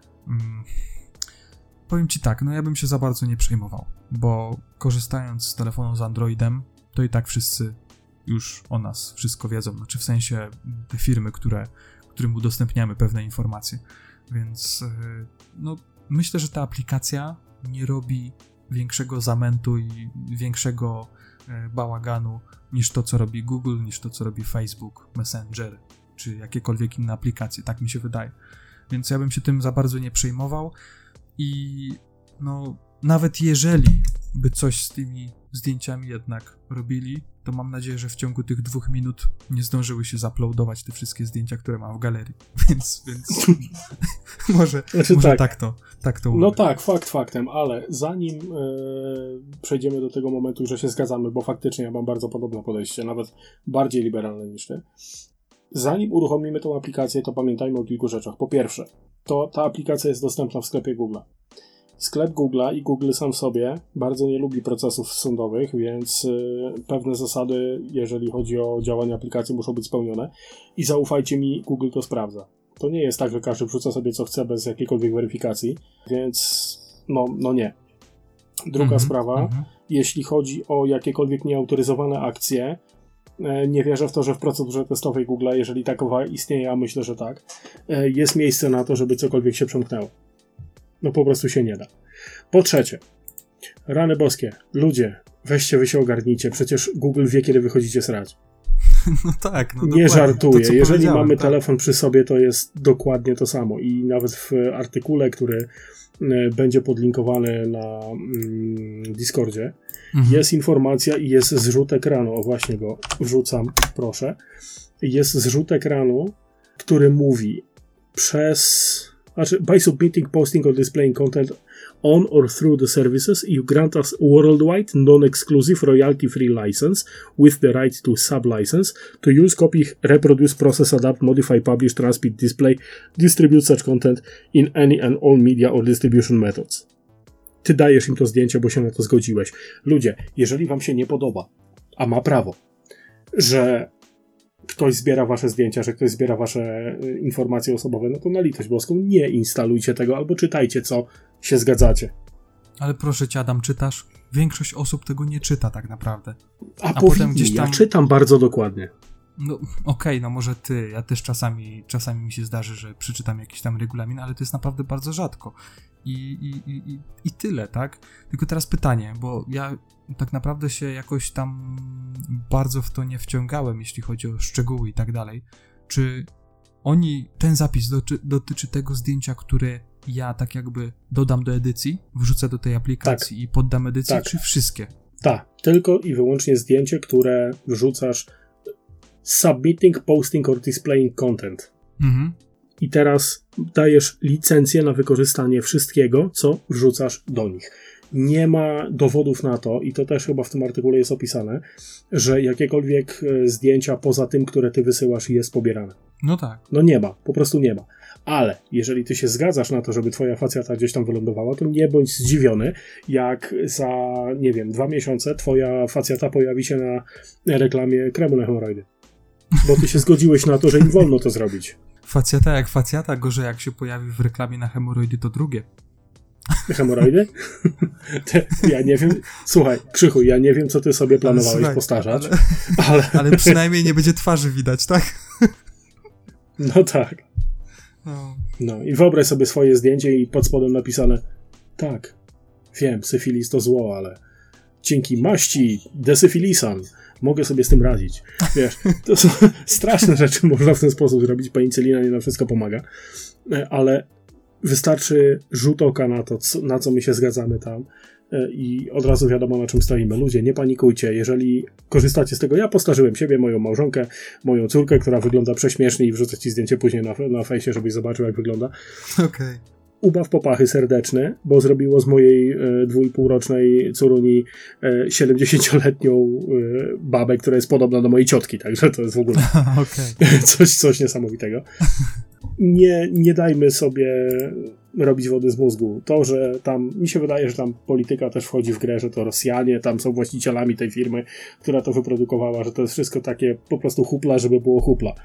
powiem ci tak, no ja bym się za bardzo nie przejmował, bo korzystając z telefonu z Androidem, to i tak wszyscy już o nas wszystko wiedzą, znaczy w sensie te firmy, którym udostępniamy pewne informacje, więc no myślę, że ta aplikacja nie robi większego zamętu i większego bałaganu niż to, co robi Google, niż to, co robi Facebook, Messenger, czy jakiekolwiek inne aplikacje, tak mi się wydaje. Więc ja bym się tym za bardzo nie przejmował i no nawet jeżeli by coś z tymi zdjęciami jednak robili, to mam nadzieję, że w ciągu tych 2 minut nie zdążyły się zaploadować te wszystkie zdjęcia, które mam w galerii. Więc może tak to No tak, fakt faktem, ale zanim przejdziemy do tego momentu, że się zgadzamy, bo faktycznie ja mam bardzo podobne podejście, nawet bardziej liberalne niż ty. Zanim uruchomimy tą aplikację, to pamiętajmy o kilku rzeczach. Po pierwsze, to ta aplikacja jest dostępna w sklepie Google'a. Sklep Google'a i Google sam w sobie bardzo nie lubi procesów sądowych, więc pewne zasady, jeżeli chodzi o działanie aplikacji, muszą być spełnione. I zaufajcie mi, Google to sprawdza. To nie jest tak, że każdy wrzuca sobie co chce bez jakiejkolwiek weryfikacji, więc no nie. Druga sprawa, jeśli chodzi o jakiekolwiek nieautoryzowane akcje, nie wierzę w to, że w procedurze testowej Google'a, jeżeli takowa istnieje, a myślę, że tak, jest miejsce na to, żeby cokolwiek się przemknęło. No po prostu się nie da. Po trzecie, rany boskie, ludzie, weźcie wy się ogarnijcie, przecież Google wie, kiedy wychodzicie srać. No tak, no nie żartuję. Jeżeli mamy telefon przy sobie, to jest dokładnie to samo. I nawet w artykule, który będzie podlinkowany na Discordzie, jest informacja i jest zrzut ekranu. O, właśnie go wrzucam, proszę. Jest zrzut ekranu, który mówi by submitting, posting or displaying content on or through the services, you grant us worldwide, non-exclusive, royalty-free license with the right to sub-license to use, copy, reproduce, process, adapt, modify, publish, transmit, display, distribute such content in any and all media or distribution methods. Ty dajesz im to zdjęcie, bo się na to zgodziłeś. Ludzie, jeżeli wam się nie podoba, a ma prawo, że ktoś zbiera wasze zdjęcia, że ktoś zbiera wasze informacje osobowe, no to na litość boską nie instalujcie tego, albo czytajcie, co się zgadzacie. Ale proszę cię, Adam, czytasz? Większość osób tego nie czyta tak naprawdę. A potem gdzieś tam... Ja czytam bardzo dokładnie. No okej, no może ty, ja też czasami mi się zdarzy, że przeczytam jakiś tam regulamin, ale to jest naprawdę bardzo rzadko. I tyle, tak? Tylko teraz pytanie, bo ja tak naprawdę się jakoś tam bardzo w to nie wciągałem, jeśli chodzi o szczegóły i tak dalej. Czy ten zapis dotyczy tego zdjęcia, które ja tak jakby dodam do edycji, wrzucę do tej aplikacji i poddam edycji, czy wszystkie? Tak, tylko i wyłącznie zdjęcie, które wrzucasz submitting, posting or displaying content. I teraz dajesz licencję na wykorzystanie wszystkiego, co wrzucasz do nich. Nie ma dowodów na to, i to też chyba w tym artykule jest opisane, że jakiekolwiek zdjęcia poza tym, które ty wysyłasz, jest pobierane. No tak. No nie ma, po prostu nie ma. Ale jeżeli ty się zgadzasz na to, żeby twoja facjata gdzieś tam wylądowała, to nie bądź zdziwiony, jak za, 2 miesiące twoja facjata pojawi się na reklamie kremu na hemoroidy. Bo ty się zgodziłeś na to, że im wolno to zrobić. Facjata jak facjata, gorzej jak się pojawi w reklamie na hemoroidy, to drugie. Hemoroidy? Ja nie wiem. Słuchaj, Krzychu, ja nie wiem, co ty sobie planowałeś postarzać. Ale przynajmniej nie będzie twarzy widać, tak? No tak. No i wyobraź sobie swoje zdjęcie i pod spodem napisane: tak, wiem, syfilis to zło, ale dzięki maści desyfilisan mogę sobie z tym radzić. Wiesz, to są straszne rzeczy, można w ten sposób zrobić, penicylina nie na wszystko pomaga, ale wystarczy rzut oka na to, na co my się zgadzamy tam i od razu wiadomo, na czym stoimy. Ludzie, nie panikujcie, jeżeli korzystacie z tego, ja postarzyłem siebie, moją małżonkę, moją córkę, która wygląda prześmiesznie i wrzucę ci zdjęcie później na fejsie, żebyś zobaczył, jak wygląda. Okej. Ubaw popachy serdeczne, bo zrobiło z mojej 2,5-rocznej córuni 70-letnią babę, która jest podobna do mojej ciotki, także to jest w ogóle coś niesamowitego. Nie dajmy sobie robić wody z mózgu. To, że tam, mi się wydaje, że tam polityka też wchodzi w grę, że to Rosjanie tam są właścicielami tej firmy, która to wyprodukowała, że to jest wszystko takie po prostu hupla, żeby było hupla.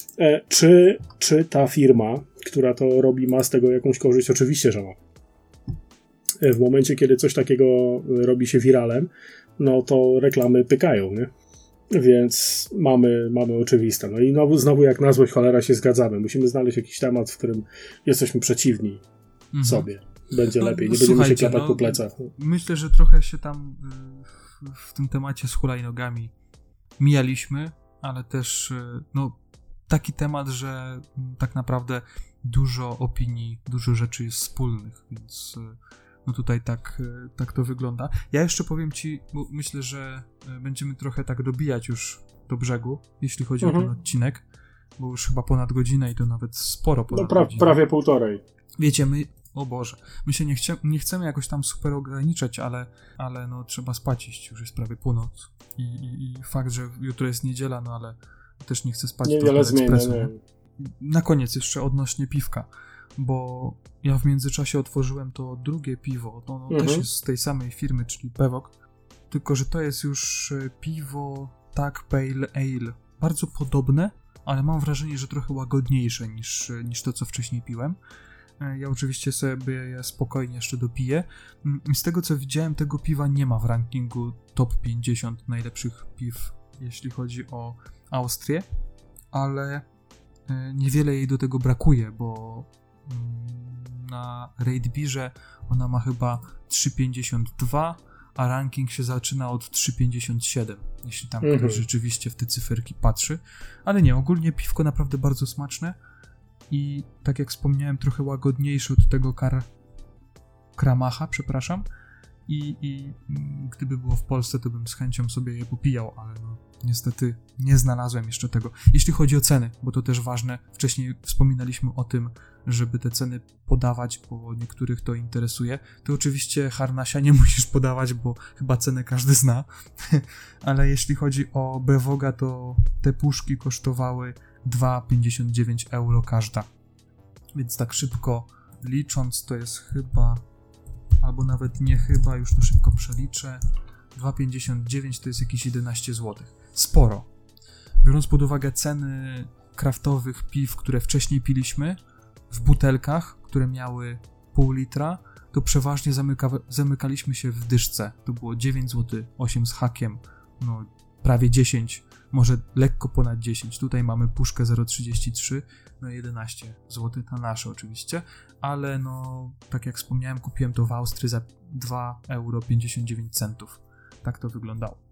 Czy ta firma, która to robi, ma z tego jakąś korzyść? Oczywiście, że ma. W momencie, kiedy coś takiego robi się wiralem, no to reklamy pykają, nie? Więc mamy oczywiste. No i znowu jak na złość cholera się zgadzamy. Musimy znaleźć jakiś temat, w którym jesteśmy przeciwni sobie. Będzie lepiej, nie będziemy się klapać po plecach. Myślę, że trochę się tam w tym temacie z hulajnogami mijaliśmy, ale też taki temat, że tak naprawdę dużo opinii, dużo rzeczy jest wspólnych, więc tutaj tak to wygląda. Ja jeszcze powiem ci, bo myślę, że będziemy trochę tak dobijać już do brzegu, jeśli chodzi o ten odcinek, bo już chyba ponad godzinę i to nawet sporo ponad godzinę. Prawie półtorej. Wiecie, o Boże, my się nie chcemy jakoś tam super ograniczać, ale trzeba spać iść, już jest prawie północ i fakt, że jutro jest niedziela, ale też nie chcę spać niewiele zmienia. Na koniec jeszcze odnośnie piwka, bo ja w międzyczasie otworzyłem to drugie piwo, to też jest z tej samej firmy, czyli Pewok, tylko że to jest już piwo Pale Ale, bardzo podobne, ale mam wrażenie, że trochę łagodniejsze niż to, co wcześniej piłem. Ja oczywiście sobie je spokojnie jeszcze dopiję. Z tego, co widziałem, tego piwa nie ma w rankingu top 50 najlepszych piw, jeśli chodzi o Austrię, ale niewiele jej do tego brakuje, bo na Ratebeerze ona ma chyba 3,52, a ranking się zaczyna od 3,57, jeśli tam ktoś rzeczywiście w te cyferki patrzy. Ale nie, ogólnie piwko naprawdę bardzo smaczne i tak jak wspomniałem, trochę łagodniejsze od tego Kramacha, przepraszam. I gdyby było w Polsce, to bym z chęcią sobie je popijał, ale niestety nie znalazłem jeszcze tego. Jeśli chodzi o ceny, bo to też ważne, wcześniej wspominaliśmy o tym, żeby te ceny podawać, bo niektórych to interesuje. To oczywiście harnasia nie musisz podawać, bo chyba cenę każdy zna, ale jeśli chodzi o Bewoga, to te puszki kosztowały 2,59 euro każda. Więc tak szybko licząc, to jest chyba, albo nawet nie chyba, już to szybko przeliczę, 2,59 to jest jakieś 11 zł. Sporo. Biorąc pod uwagę ceny kraftowych piw, które wcześniej piliśmy, w butelkach, które miały pół litra, to przeważnie zamykaliśmy się w dyszce. To było 9 zł, 8 z hakiem, prawie 10, może lekko ponad 10. Tutaj mamy puszkę 0,33, 11 zł na nasze oczywiście, ale tak jak wspomniałem, kupiłem to w Austrii za 2,59 euro. Tak to wyglądało.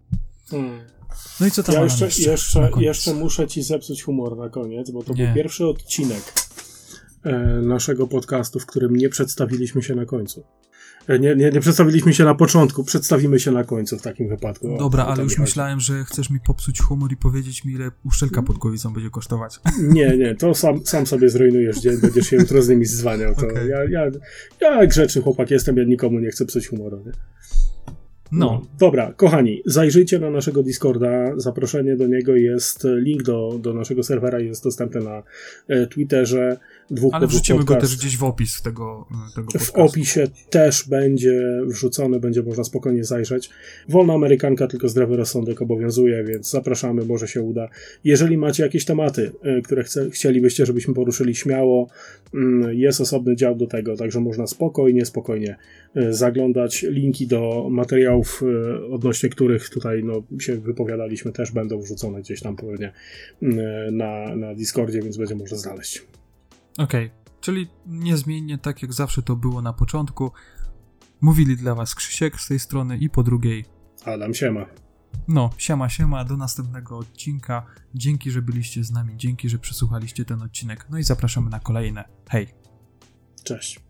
No i co tam jeszcze muszę ci zepsuć humor na koniec, bo to był pierwszy odcinek naszego podcastu, w którym nie przedstawiliśmy się na końcu. Nie przedstawiliśmy się na początku, przedstawimy się na końcu w takim wypadku. Dobra, ale już myślałem, że chcesz mi popsuć humor i powiedzieć mi, ile uszczelka pod głowicą będzie kosztować. Nie, to sam sobie zrujnujesz dzień, będziesz się jutro z nimi zdzwaniał. To okay. Ja grzeczny chłopak jestem, ja nikomu nie chcę psuć humoru. Nie? No, dobra, kochani, zajrzyjcie na naszego Discorda, zaproszenie do niego jest, link do naszego serwera jest dostępny na Twitterze. Ale wrzucimy go też gdzieś w opis tego podcastu. W opisie też będzie wrzucony, będzie można spokojnie zajrzeć. Wolna amerykanka, tylko zdrowy rozsądek obowiązuje, więc zapraszamy, może się uda. Jeżeli macie jakieś tematy, które chcielibyście, żebyśmy poruszyli, śmiało, jest osobny dział do tego, także można spokojnie zaglądać. Linki do materiałów, odnośnie których tutaj się wypowiadaliśmy, też będą wrzucone gdzieś tam pewnie na Discordzie, więc będzie można znaleźć. Okej, czyli niezmiennie tak jak zawsze to było na początku. Mówili dla was Krzysiek z tej strony i po drugiej Adam, siema. No, siema, do następnego odcinka. Dzięki, że byliście z nami, dzięki, że przesłuchaliście ten odcinek. No i zapraszamy na kolejne. Hej. Cześć.